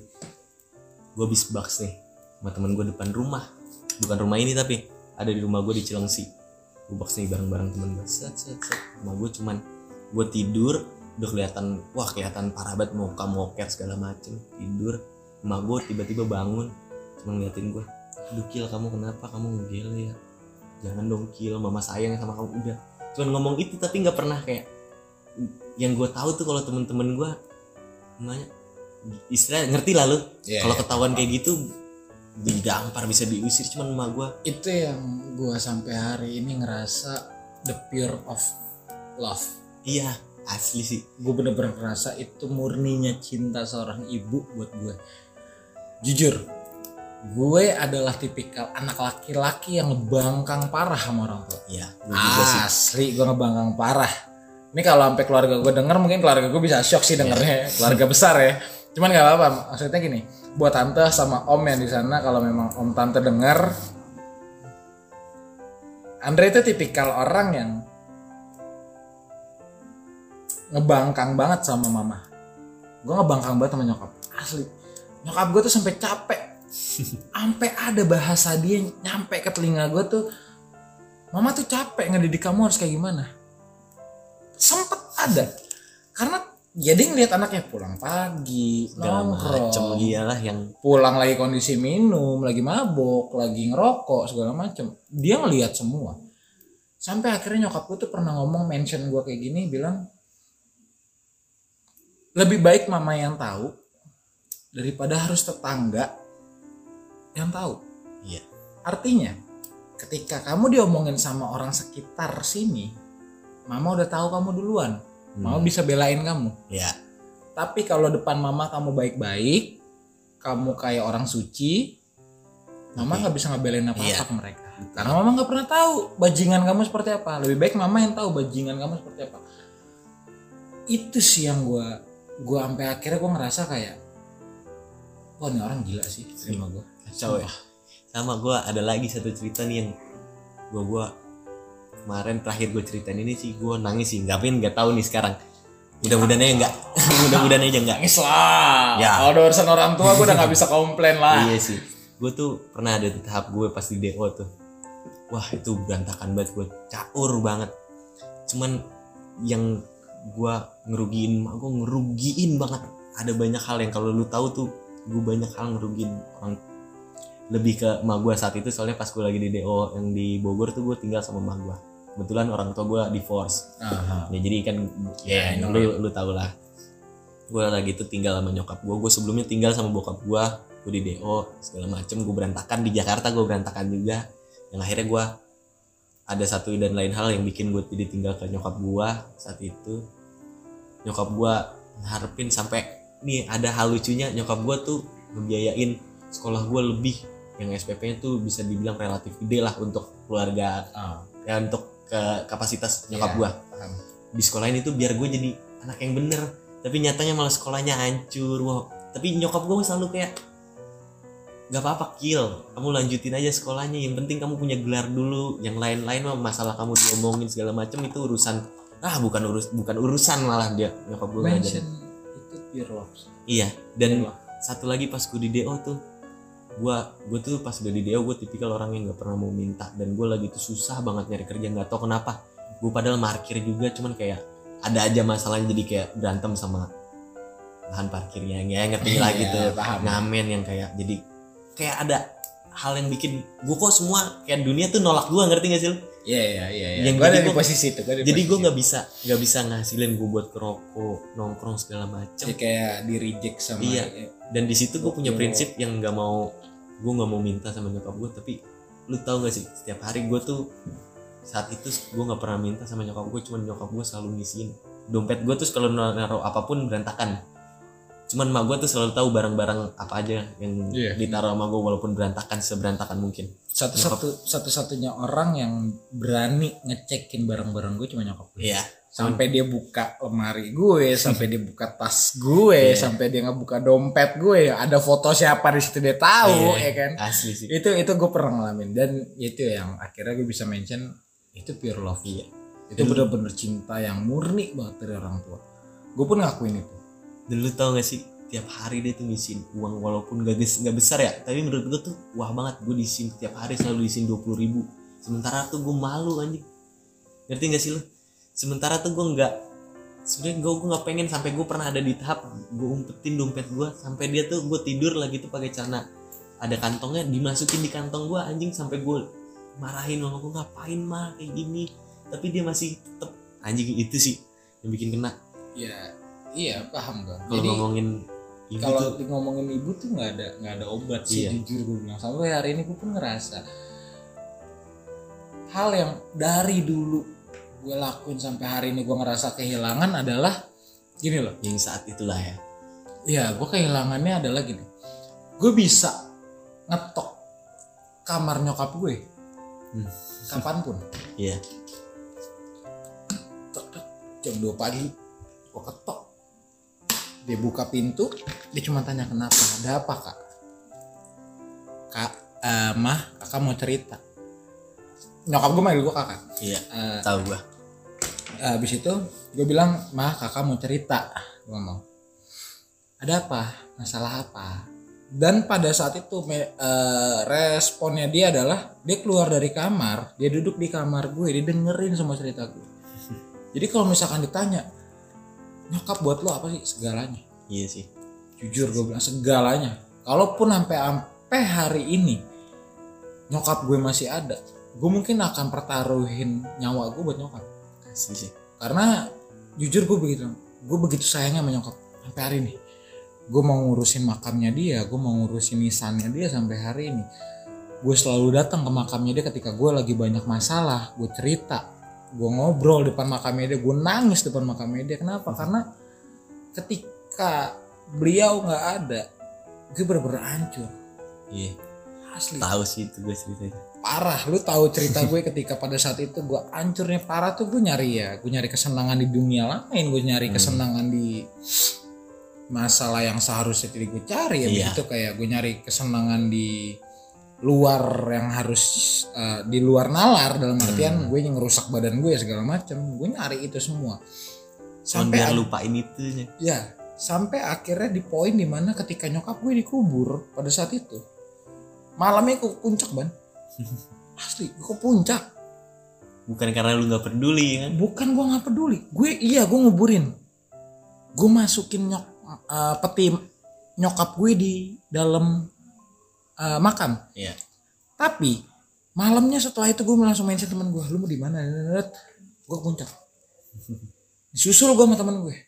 A: gue habis box nih sama temen gue depan rumah, bukan rumah ini tapi ada di rumah gue di Cilengsi. Gue box nih bareng-bareng temen gue, set set set. Sama gue cuman gue tidur udah kelihatan wah kelihatan parah banget, muka moker segala macem, tidur. Emak gue tiba-tiba bangun cuma ngeliatin gue, aduh Kil kamu kenapa, kamu ngegele ya, jangan dong Kil, mama sayang sama kamu. Udah cuman ngomong itu tapi nggak pernah kayak yang gue tahu tuh kalau temen-temen gue namanya istilah ngerti lah lu yeah, kalau ketahuan kayak gitu digampar bisa diusir. Cuman emak gue
B: itu yang gue sampai hari ini ngerasa the pure of love.
A: Iya asli sih,
B: gue bener-bener ngerasa itu murninya cinta seorang ibu buat gue. Jujur gue adalah tipikal anak laki-laki yang ngebangkang parah sama orang tua.
A: Iya,
B: asli gue ngebangkang parah. Ini kalau sampai keluarga gue denger mungkin keluarga gue bisa shock sih dengernya, yeah. Keluarga besar ya. Cuman nggak apa-apa. Maksudnya gini, buat tante sama om yang di sana, kalau memang om tante denger, Andre itu tipikal orang yang ngebangkang banget sama mama. Gue ngebangkang banget sama nyokap. Asli, nyokap gue tuh sampai capek. Sampai ada bahasa dia nyampe ke telinga gue tuh, mama tuh capek ngedidik kamu harus kayak gimana. Sempet ada karena jadi ngeliat anaknya pulang pagi nongkrong,
A: iyalah yang
B: pulang lagi kondisi minum, lagi mabok, lagi ngerokok segala macem, dia ngeliat semua. Sampai akhirnya nyokap gue tuh pernah ngomong, mention gue kayak gini, bilang lebih baik mama yang tahu daripada harus tetangga yang tahu.
A: Iya.
B: Artinya ketika kamu diomongin sama orang sekitar sini, mama udah tahu kamu duluan, mama hmm. bisa belain kamu.
A: Iya.
B: Tapi kalau depan mama kamu baik-baik, kamu kayak orang suci, mama nggak bisa ngebelain apa-apa iya. ke mereka. Karena mama nggak pernah tahu bajingan kamu seperti apa. Lebih baik mama yang tahu bajingan kamu seperti apa. Itu sih yang gue, gue sampai akhirnya gue ngerasa kayak, wah ini orang gila sih, terima gue.
A: Kacau ya. Sama gue ada lagi satu cerita nih yang gue gue kemarin terakhir gue ceritain ini sih gue nangis sih, tapi nggak tahu nih sekarang. Mudah-mudahan aja enggak. Mudah-mudahan aja enggak.
B: Nangis lah. Ya. Kalau ada urusan orang tua gue udah nggak bisa komplain lah.
A: Iya sih. Gue tuh pernah ada di tahap gue pas di D O tuh. Wah itu berantakan banget, gue caur banget. Cuman yang gue ngerugiin, gue ngerugiin banget. Ada banyak hal yang kalau lu tahu tuh, gue banyak hal ngerugiin orang. Lebih ke emak gue saat itu, soalnya pas gue lagi di D O yang di Bogor tuh gue tinggal sama emak gue. Kebetulan orang tua gue divorce. Uh-huh. Ya jadi kan ya yeah, lu lu tau lah. Gue lagi tuh tinggal sama nyokap gue. Gue sebelumnya tinggal sama bokap gue. Gue di D O segala macem. Gue berantakan di Jakarta, gue berantakan juga. Yang akhirnya gue ada satu dan lain hal yang bikin gue jadi tinggal ke nyokap gue saat itu. Nyokap gue ngarepin sampai nih ada hal lucunya, nyokap gue tuh ngebiayain sekolah gue lebih, yang S P P-nya tuh bisa dibilang relatif gede lah untuk keluarga, uh. ya untuk ke kapasitas nyokap
B: Iya,
A: gue
B: paham.
A: di sekolahin itu biar gue jadi anak yang bener, tapi nyatanya malah sekolahnya hancur. Wow. Tapi nyokap gue selalu kayak gak apa-apa Kil, kamu lanjutin aja sekolahnya, yang penting kamu punya gelar dulu, yang lain-lain mah masalah kamu diomongin segala macam itu urusan ah bukan urus bukan urusan malah dia nyokap gue
B: Mention
A: ngajarin.
B: itu pure love.
A: Iya, dan
B: Pure love.
A: satu lagi pas gue di D O tuh, gue gue tuh pas udah di D O gue tipikal orang yang nggak pernah mau minta, dan gue lagi tuh susah banget nyari kerja, nggak tahu kenapa. Gue padahal parkir juga, cuman kayak ada aja masalahnya, jadi kayak berantem sama bahan parkirnya, ya ngerti lah gitu,
B: Iya, paham.
A: ngamen yang kayak jadi kayak ada hal yang bikin gue kok semua kayak dunia tuh nolak gue, ngerti gak sih lu?
B: Iya iya iya. iya.
A: Yang
B: Gue
A: jadi
B: ada di
A: gua-
B: posisi itu. Gua ada di
A: Jadi gue
B: posisi
A: nggak bisa nggak bisa ngasilin gue buat kerokok, nongkrong segala
B: itu.
A: macem.
B: Ya, kayak di reject sama.
A: Iya. Dan di situ gue punya
B: Gokil.
A: prinsip yang nggak mau, gue nggak mau minta sama nyokap gue, tapi lu tahu gak sih setiap hari gue tuh saat itu gue nggak pernah minta sama nyokap gue, cuman nyokap gue selalu ngisiin dompet gue tuh kalau naruh apapun berantakan, cuman mak gue tuh selalu tahu barang-barang apa aja yang
B: Iya.
A: ditaruh sama gue walaupun berantakan seberantakan mungkin.
B: Satu-satu satu-satunya orang yang berani ngecekin barang-barang gue cuma nyokap gue.
A: Iya.
B: Sampai dia buka lemari gue, sampai dia buka tas gue,
A: Iya.
B: sampai dia ngebuka dompet gue, ada foto siapa di situ dia tahu,
A: Iya,
B: ya kan?
A: asli sih.
B: Itu itu gue pernah ngalamin, dan itu yang akhirnya gue bisa mention itu pure love.
A: Iya.
B: Itu bener-bener cinta yang murni banget dari orang tua. Gue pun ngakuin itu.
A: Dan lu tau gak sih tiap hari dia tuh ngisiin uang walaupun gak, ges- gak besar ya, tapi menurut gue tuh wah banget, gue diisiin tiap hari selalu diisiin dua puluh ribu, sementara tuh gue malu anjing, ngerti gak sih lu? Sementara tuh gue nggak, sebenarnya gue gue nggak pengen, sampai gue pernah ada di tahap gue umpetin dompet gue sampai dia tuh gue tidur lagi tuh pakai celana ada kantongnya dimasukin di kantong gue anjing, sampai gue marahin mama gue, ngapain mah kayak gini, tapi dia masih tetep anjing. Itu sih yang bikin kena.
B: Ya, iya paham gue.
A: Kalau ngomongin ibu
B: kalau
A: tuh
B: di ngomongin ibu tuh nggak ada nggak ada obat sih,
A: Iya.
B: jujur gue bilang. Sampai hari ini gue pun ngerasa hal yang dari dulu gue lakuin sampai hari ini gue ngerasa kehilangan adalah gini loh.
A: yang saat itulah ya.
B: Ya gue kehilangannya adalah gini, gue bisa ngetok kamar nyokap gue
A: Hmm.
B: kapanpun.
A: Iya.
B: Tok, tok, jam dua pagi gue ketok, dia buka pintu, dia cuma tanya kenapa, ada apa kak? Kak, eh, mah kakak mau cerita. Nyokap gue manggil gue kakak.
A: Iya.
B: Eh,
A: Tahu gua.
B: habis itu gue bilang, mah kakak mau cerita. Gue ngomong, ada apa, masalah apa? Dan pada saat itu me- eh, responnya dia adalah dia keluar dari kamar, dia duduk di kamar gue, dia dengerin semua cerita gue. Jadi kalau misalkan ditanya, nyokap buat lo apa sih? Segalanya.
A: Iya sih.
B: Jujur gue bilang segalanya. Kalaupun sampai sampai hari ini nyokap gue masih ada, gue mungkin akan pertaruhin nyawa gue buat nyokap.
A: Asli sih.
B: Karena jujur gue begitu, gue begitu sayangnya sama nyokap sampai hari ini. Gue mau ngurusin makamnya dia, gue mau ngurusin nisannya dia sampai hari ini. Gue selalu datang ke makamnya dia ketika gue lagi banyak masalah, gue cerita, gue ngobrol depan makamnya dia, gue nangis depan makamnya dia. Kenapa? Karena ketika beliau nggak ada, gue bener-bener hancur.
A: Iya.
B: Asli.
A: Tahu sih itu gue ceritanya.
B: Parah, lu tahu cerita gue ketika pada saat itu gue hancurnya parah tuh. Gue nyari ya, gue nyari kesenangan di dunia lain, gue nyari
A: Hmm.
B: kesenangan di masalah yang seharusnya tidak gue cari ya.
A: Iya.
B: Begitu kayak gue nyari kesenangan di luar yang harus uh, di luar nalar, dalam artian
A: Hmm.
B: gue yang ngerusak badan gue ya segala macam. Gue nyari itu semua
A: Cuman
B: sampai
A: biar
B: ad-
A: lupain itunya.
B: ya sampai akhirnya di poin dimana ketika nyokap gue dikubur pada saat itu malamnya ke puncak ban. Asli gue ke puncak.
A: Bukan karena lu nggak peduli kan?
B: Bukan gue nggak peduli, gue iya gue nguburin, gue masukin nyok uh, peti nyokap gue di dalam uh, makam.
A: Iya.
B: Tapi malamnya setelah itu gue langsung mention teman gue, lu mau di mana? Gue ke puncak. Disusul gue sama teman gue,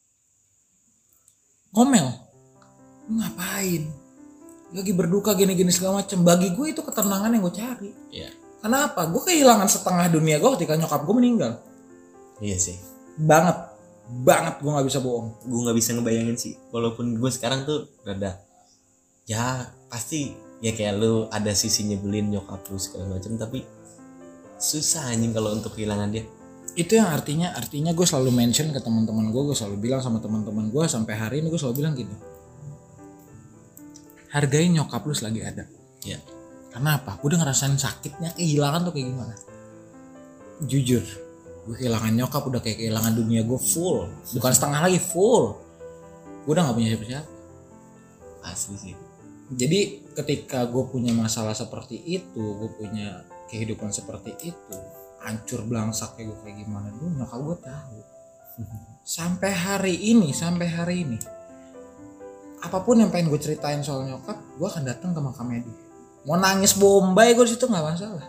B: ngomel, lu ngapain? Lagi berduka gini-gini segala macem. Bagi gue itu ketenangan yang gue cari.
A: Iya.
B: Kenapa? Gue kehilangan setengah dunia gue ketika nyokap gue meninggal.
A: Iya sih.
B: Banget, banget gue nggak bisa bohong.
A: Gue nggak bisa ngebayangin sih. Walaupun gue sekarang tuh rada, ya pasti ya kayak lu ada sisi nyebelin nyokap lu segala macam, tapi susah anjing kalau untuk kehilangan dia.
B: Itu yang artinya artinya gue selalu mention ke teman-teman gue, gue selalu bilang sama teman-teman gue sampai hari ini gue selalu bilang gini, hargain nyokap lu selagi ada.
A: Ya.
B: Karena apa? Gue udah ngerasain sakitnya kehilangan tuh kayak gimana. Jujur, gue kehilangan nyokap udah kayak kehilangan dunia gue full, bukan setengah lagi, full. Gue udah nggak punya siapa-siapa.
A: Asli sih.
B: Jadi ketika gue punya masalah seperti itu, gue punya kehidupan seperti itu, hancur belangsak kayak gue kayak gimana dulu, nyokap gue tahu. Sampai hari ini, sampai hari ini, apapun yang pengen gue ceritain soal nyokap, gue akan datang ke makamnya dia. Mau nangis bombay gue di situ nggak masalah.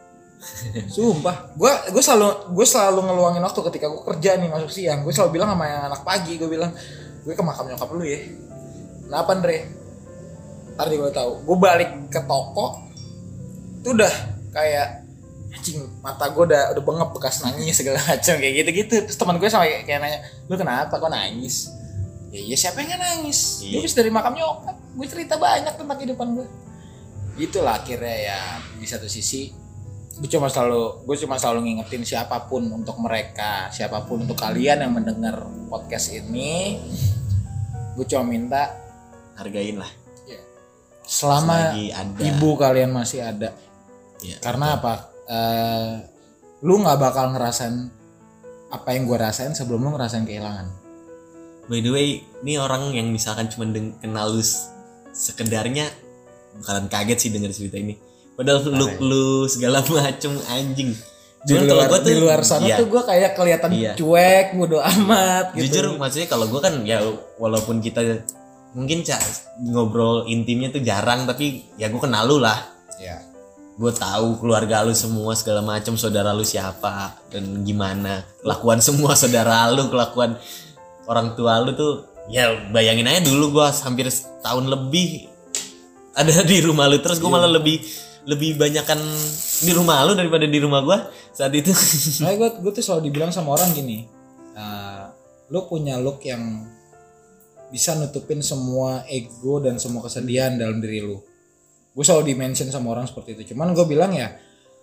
B: Sumpah, gue gue selalu gue selalu ngeluangin waktu ketika gue kerja nih masuk siang, gue selalu bilang sama yang anak pagi, gue bilang gue ke makam nyokap lu ya. Kenapa Andre? Ntar gue tahu. Gue balik ke toko, itu udah kayak anjing, mata gue udah udah bengep bekas nangis segala macam kayak gitu-gitu. Terus teman gue sama kayak, kayak nanya, lu kenapa kok nangis? Ya iya siapa yang nangis? Gue habis dari makam nyokap, gue cerita banyak tentang kehidupan gue. Itulah akhirnya ya di satu sisi gue cuma selalu gue cuma selalu ngingetin siapapun untuk mereka, siapapun untuk kalian yang mendengar podcast ini, gue cuma minta
A: hargain lah.
B: Selama ibu kalian masih ada.
A: Ya,
B: karena betul. Apa? Uh, lu nggak bakal ngerasain apa yang gue rasain sebelum lu ngerasain kehilangan.
A: By the way, ini orang yang misalkan cuma deng- kenal lu sekedarnya bakalan kaget sih denger cerita ini. Padahal look lu segala macem anjing.
B: Cuman kalau gue tuh di luar sana iya, tuh gue kayak kelihatan iya. cuek, bodo amat gitu.
A: Jujur maksudnya kalau gue kan ya walaupun kita mungkin cak ngobrol intimnya tuh jarang, tapi ya gue kenal lu lah.
B: Ya.
A: Gue tahu keluarga lu semua segala macam, saudara lu siapa dan gimana, kelakuan semua saudara lu, kelakuan orang tua lu tuh ya bayangin aja dulu gue hampir setahun lebih ada di rumah lu, terus gue yeah. malah lebih lebih banyakan di rumah lu daripada di rumah gue saat itu.
B: Nah gue gue tuh selalu dibilang sama orang gini, uh, lu punya look yang bisa nutupin semua ego dan semua kesedihan dalam diri lu. Gue selalu di-mention sama orang seperti itu. Cuman gue bilang ya,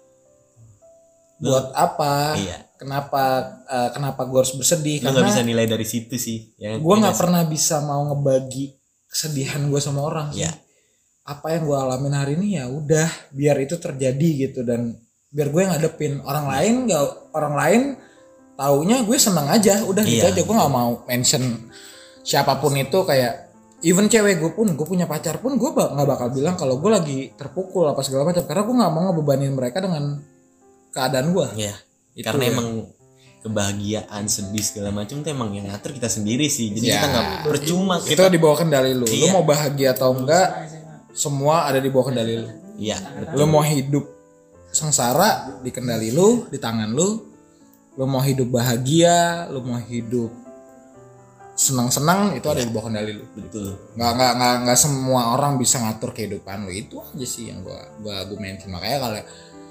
B: buat apa?
A: Iya.
B: Kenapa uh, kenapa gue harus bersedih?
A: Lu
B: karena
A: gak bisa nilai dari situ sih.
B: Ya, gue nggak pernah bisa mau ngebagi kesedihan gue sama orang.
A: Iya.
B: Apa yang gue alamin hari ini ya udah, biar itu terjadi gitu, dan biar gue ngadepin. Orang lain nggak, orang lain taunya gue seneng aja, udah gitu
A: iya.
B: aja. Gue nggak mau mention siapapun itu, kayak even cewek gue pun, gue punya pacar pun gue nggak bakal bilang kalau gue lagi terpukul apa segala macam, karena gue nggak mau ngebebanin mereka dengan keadaan gue.
A: Iya. Karena ya. Emang kebahagiaan, sedih segala macam tuh emang yang ngatur kita sendiri sih. Jadi ya, kita nggak percuma.
B: Itu
A: kita
B: di bawah kendali lu.
A: Iya.
B: Lu mau bahagia atau enggak, semua ada di bawah kendali lu.
A: Iya.
B: Lu mau hidup sengsara di kendali lu, di tangan lu. Lu mau hidup bahagia, lu mau hidup senang-senang, itu ya. Ada di bawah kendali lu.
A: Betul.
B: Nggak nggak nggak nggak semua orang bisa ngatur kehidupan lu. Itu aja sih yang gua gua gua mention. Makanya kalau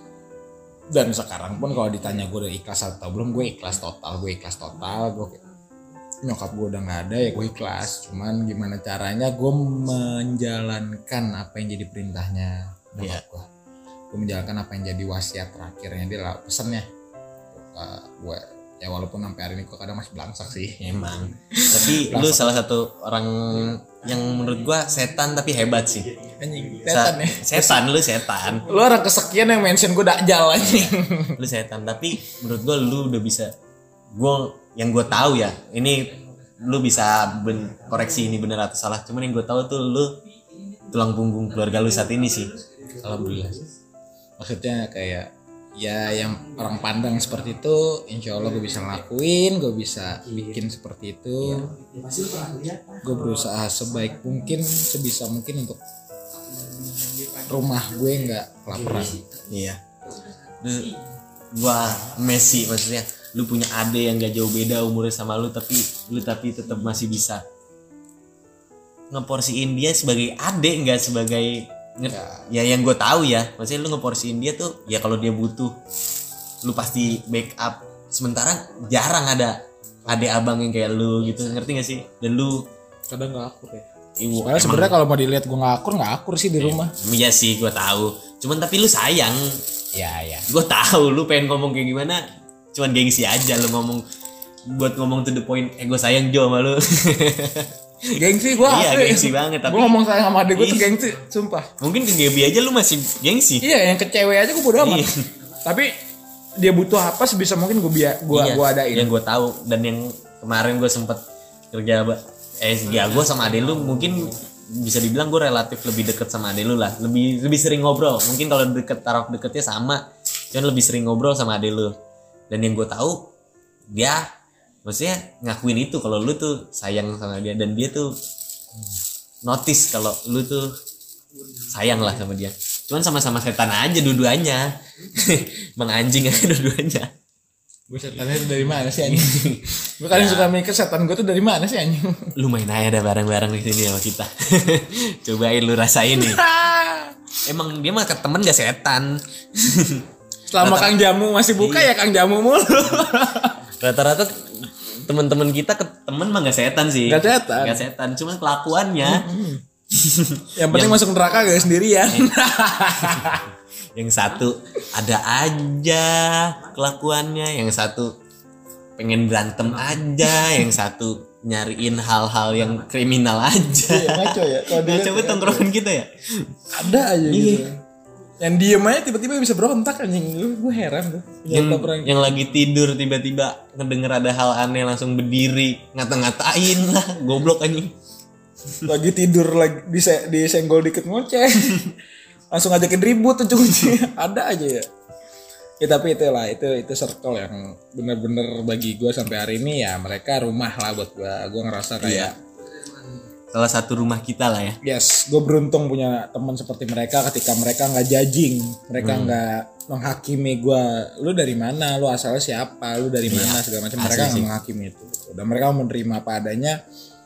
B: dan sekarang pun kalau ditanya gue udah ikhlas atau belum, gue ikhlas total, gue ikhlas total. Gue nyokap gue udah nggak ada ya gue ikhlas. Cuman gimana caranya gue menjalankan apa yang jadi perintahnya nyokap yeah. gue. Gue menjalankan apa yang jadi wasiat terakhirnya dia lah, pesannya. Uh, gue ya walaupun sampai hari ini gue kadang masih belangsak sih.
A: Emang. Tapi lu salah satu orang yang menurut gue setan tapi hebat sih.
B: Anjing, setan ya.
A: Setan, lu setan.
B: Lu orang kesekian yang mention gue dakjal anjing.
A: Lu setan, tapi menurut gue lu udah bisa, gue yang gue tahu ya, ini lu bisa ben, koreksi ini benar atau salah, cuman yang gue tahu tuh lu tulang punggung keluarga lu saat ini sih.
B: Alhamdulillah. Maksudnya kayak ya yang orang pandang seperti itu, insya Allah gue bisa ngelakuin, gue bisa bikin seperti itu. Gue berusaha sebaik mungkin, sebisa mungkin untuk rumah gue nggak kelaparan.
A: Iya. Gua Messi maksudnya, lu punya ade yang gak jauh beda umurnya sama lu, tapi lu tapi tetap masih bisa ngeporsiin dia sebagai ade, nggak sebagai ya, ya yang gue tahu ya, maksudnya lu ngeporsiin dia tuh ya kalau dia butuh lu pasti backup. Sementara jarang ada ade abang yang kayak lu gitu, ngerti gak sih? Dan lu
B: kadang nggak akur ya. Soalnya sebenarnya kalau mau dilihat gue nggak akur nggak akur sih di rumah.
A: Iya sih gue tahu. Cuman tapi lu sayang
B: Ya ya.
A: Gue tahu lu pengen ngomong kayak gimana, cuman gengsi aja lu ngomong buat ngomong to the point. Eh gue sayang Jo sama lu.
B: Gengsi gue.
A: Iya gengsi banget. Tapi
B: gue ngomong sayang sama adek gue tuh gengsi, sumpah.
A: Mungkin ke Gaby aja lu masih gengsi.
B: Iya, yang ke cewek aja gue bodo amat.
A: Iya.
B: Tapi dia butuh apa sebisa mungkin gue biar gue
A: Iya,
B: gue adain.
A: yang gue tahu dan yang kemarin gue sempet kerja eh ya gue sama adek lu mungkin bisa dibilang gue relatif lebih deket sama adek lu lah, lebih lebih sering ngobrol. Mungkin kalau deket taruh deketnya sama, cuman lebih sering ngobrol sama adek lu. Dan yang gue tahu dia maksudnya ngakuin itu kalau lu tuh sayang sama dia, dan dia tuh notice kalau lu tuh sayang lah sama dia. Cuman sama-sama setan aja dua-duanya. Bang anjing aja dua-duanya.
B: Gue setannya tuh dari mana sih anjing? Gue kadang suka mikir setan gue tuh dari mana sih anjing?
A: Lu main aja dah bareng-bareng di sini sama kita. Cobain lu rasain nih. Emang dia mah ke temen gak setan.
B: Selama Rata- Kang Jamu masih buka iya. Ya Kang Jamu mulu.
A: Rata-rata teman-teman kita ke temen mah gak setan sih.
B: Gak setan.
A: Gak setan, cuman kelakuannya.
B: Mm-hmm. Yang penting yang, masuk neraka gak sendirian.
A: Yang satu ada aja kelakuannya, yang satu pengen berantem aja, yang satu nyariin hal-hal yang kriminal aja. Iya,
B: ngaco ya. Kalau dia
A: coba tongkrongan kita ya.
B: Ada aja gitu. Yang diem aja tiba-tiba bisa berontak anjing. Gue heran tuh.
A: Yang, yang lagi tidur tiba-tiba ngedenger ada hal aneh langsung berdiri ngata-ngatain lah, goblok anjing.
B: Lagi tidur lagi dise- disenggol dikit ngoceh. Langsung ajakin ribut ujung-ujungnya. Ada aja ya. Ya tapi itulah itu itu circle yang bener-bener bagi gue sampai hari ini ya mereka rumah lah buat gue. Gue ngerasa kayak iya.
A: Salah satu rumah kita lah ya.
B: Yes, gue beruntung punya teman seperti mereka ketika mereka nggak judging, mereka nggak hmm. menghakimi gue. Lu dari mana? Lu asalnya siapa? Lu dari iya. mana? Segala macam. Mereka nggak menghakimi itu. Dan mereka menerima apa adanya.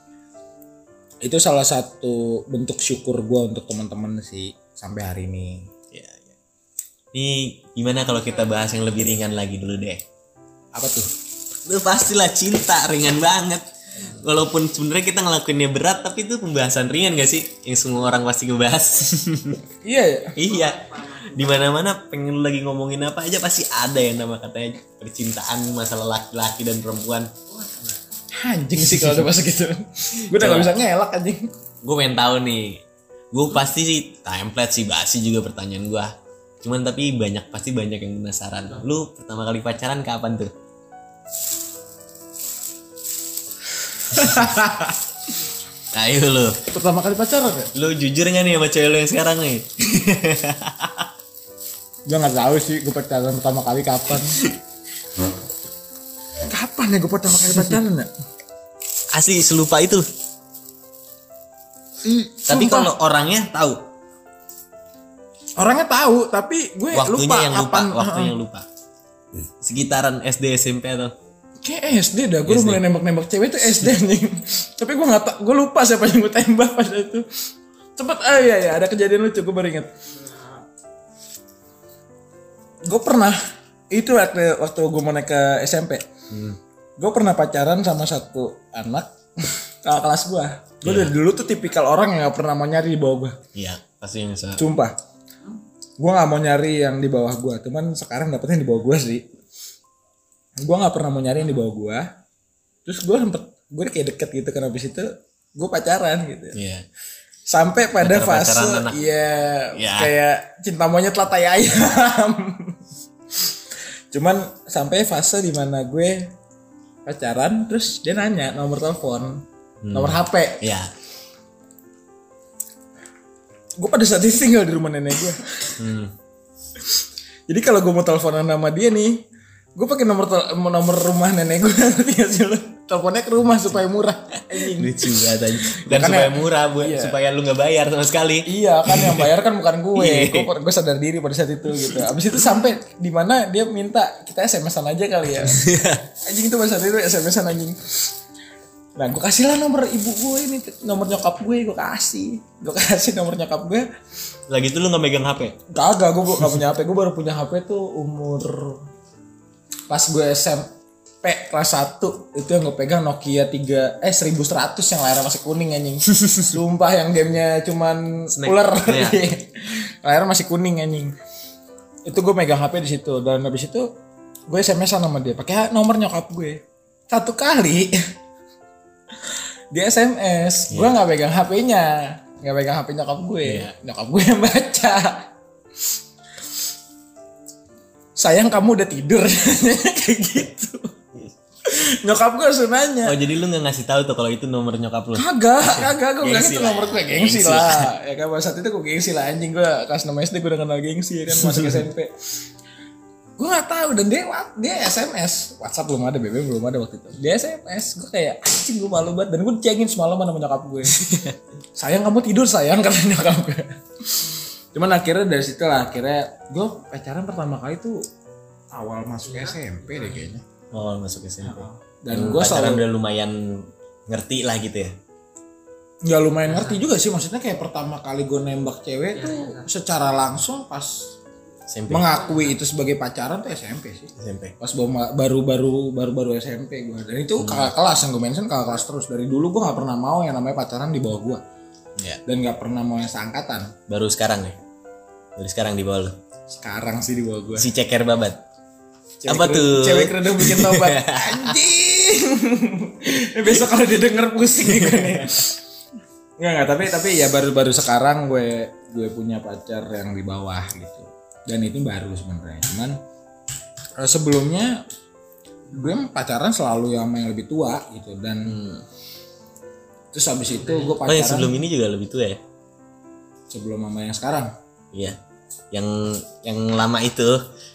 B: Itu salah satu bentuk syukur gue untuk teman-teman sih sampai hari ini.
A: Ya, ya. Ini gimana kalau kita bahas yang lebih ringan lagi dulu deh?
B: Apa tuh?
A: Lu pastilah cinta ringan banget. Walaupun sebenarnya kita ngelakuinnya berat, tapi itu pembahasan ringan gak sih? Yang semua orang pasti ngebahas.
B: Iya ya.
A: Iya. Di mana-mana pengen lagi ngomongin apa aja pasti ada yang nama katanya percintaan, masalah laki-laki dan perempuan.
B: Anjing sih kalau udah bahas gitu. Gue udah gak bisa ngelak anjing.
A: Gue pengen tahu nih. Gue pasti sih template sih basi juga pertanyaan gue. Cuman tapi banyak pasti banyak yang penasaran. Lu pertama kali pacaran kapan tuh? Ayo lu.
B: Pertama kali pacaran ya?
A: Lu jujur gak nih sama cewek lu yang sekarang nih?
B: Gue gak tahu sih gue pacaran pertama kali kapan. Kapan ya gue pertama kali pacaran ya?
A: Asli selupa itu. I, tapi kalau orangnya tahu.
B: Orangnya tahu, tapi gue
A: waktunya
B: lupa
A: yang lupa,
B: kapan.
A: Waktunya yang lupa. Sekitaran S D S M P atau?
B: Kayak S D dah, gue udah mulai nembak-nembak cewek tuh S D nih. Tapi gue nggak tak, gue lupa siapa yang gue tembak pada itu. Cepet, ah iya ya, ada kejadian lucu, gue baru inget. Gue pernah itu waktu waktu gue mau naik ke S M P, hmm. gue pernah pacaran sama satu anak kakak kelas gue. Gue yeah. dari dulu tuh tipikal orang yang gak pernah mau nyari di bawah gue.
A: Iya, yeah, pasti yang bisa.
B: Sumpah, gue gak mau nyari yang di bawah gue. Cuman sekarang dapetnya di bawah gue sih. Gue gak pernah mau nyari yang di bawah gue. Terus gue sempet, gue kayak deket gitu. Karena abis itu gue pacaran gitu. Iya. Yeah. Sampai pada Pacar fase, iya yeah, kayak cinta monyet lah tai ayam. Cuman sampai fase dimana gue pacaran, terus dia nanya nomor telepon. Hmm. Nomor H P.
A: Iya.
B: Gue pada saat itu tinggal di rumah nenek gue. Hmm. Jadi kalau gue mau teleponan sama dia nih, gue pakai nomor tel- nomor rumah nenek gue. Teleponnya ke rumah supaya murah.
A: Lucu banget aja. Dan Makanya, supaya murah buat iya. supaya lu nggak bayar sama sekali.
B: Iya kan yang bayar kan bukan gue. gue gue sadar diri pada saat itu gitu. Abis itu sampai di mana dia minta kita S M S-an aja kali ya. Anjing itu pada saat itu S M S-an anjing. Nah gue kasih lah nomor ibu gue ini, nomor nyokap gue gue kasih, gue kasih nomor nyokap gue.
A: Lagi itu lu nggak megang H P?
B: Kagak, gue nggak punya H P, gue baru punya H P tuh umur pas gue S M P kelas satu itu yang gue pegang Nokia tiga eh seribu seratus yang layarnya masih kuning anjing. Sumpah yang gamenya cuman ular, ya. Layarnya masih kuning anjing. itu gue megang H P di situ dan habis itu gue S M S-an sama dia pakai nomor nyokap gue. Satu kali dia S M S, yeah. gue nggak pegang H P-nya, nggak pegang H P nyokap gue, yeah. nyokap gue yang baca. Sayang kamu udah tidur, kayak gitu. Nyokap gue langsung nanya.
A: Oh jadi lu nggak ngasih tahu tuh kalau itu nomor nyokap lu?
B: Kagak, kagak gue bilang itu nomor gue gengsi,
A: gengsi
B: lah.
A: lah.
B: Ya kan pada saat itu gue gengsi lah anjing, gue kelas enam S D gue udah kenal gengsi ya kan masuk S M P. Gue nggak tahu dan dia dia S M S, WhatsApp belum ada, B B M belum ada waktu itu. Dia S M S, gue kayak anjing gue malu banget dan gue dicengin semalaman sama nyokap gue. Sayang kamu tidur sayang kata nyokap gue. Cuman akhirnya dari situ lah akhirnya gue pacaran pertama kali tuh awal masuk S M P deh kayaknya.
A: Awal masuk S M P.
B: Dan
A: gue pacaran udah lumayan ngerti lah gitu ya.
B: Nggak lumayan ngerti juga sih, maksudnya kayak pertama kali gue nembak cewek tuh secara langsung pas
A: S M P.
B: Mengakui itu sebagai pacaran tuh S M P sih.
A: S M P.
B: Pas baru-baru baru-baru S M P gue. Dan itu hmm. kakak kelas yang gue mention kakak kelas terus. Dari dulu gue nggak pernah mau yang namanya pacaran di bawah gue. Ya. Dan nggak pernah mau yang seangkatan.
A: Baru sekarang nih. Baru sekarang di bawah lo.
B: Sekarang sih di bawah gue.
A: Si ceker babat.
B: Cewek
A: apa tuh?
B: Cewek kerudung bikin tobat. Anjing. Besok kalau dia denger pusing nih gue nih. Enggak enggak, tapi tapi ya baru-baru sekarang gue gue punya pacar yang di bawah gitu. Dan itu baru sebenarnya. Cuman sebelumnya gue pacaran selalu yang yang lebih tua gitu dan hmm. terus habis itu gue pacaran.
A: Oh yang sebelum ini juga lebih tua ya?
B: Sebelum sama yang sekarang.
A: Iya. Yang yang lama itu.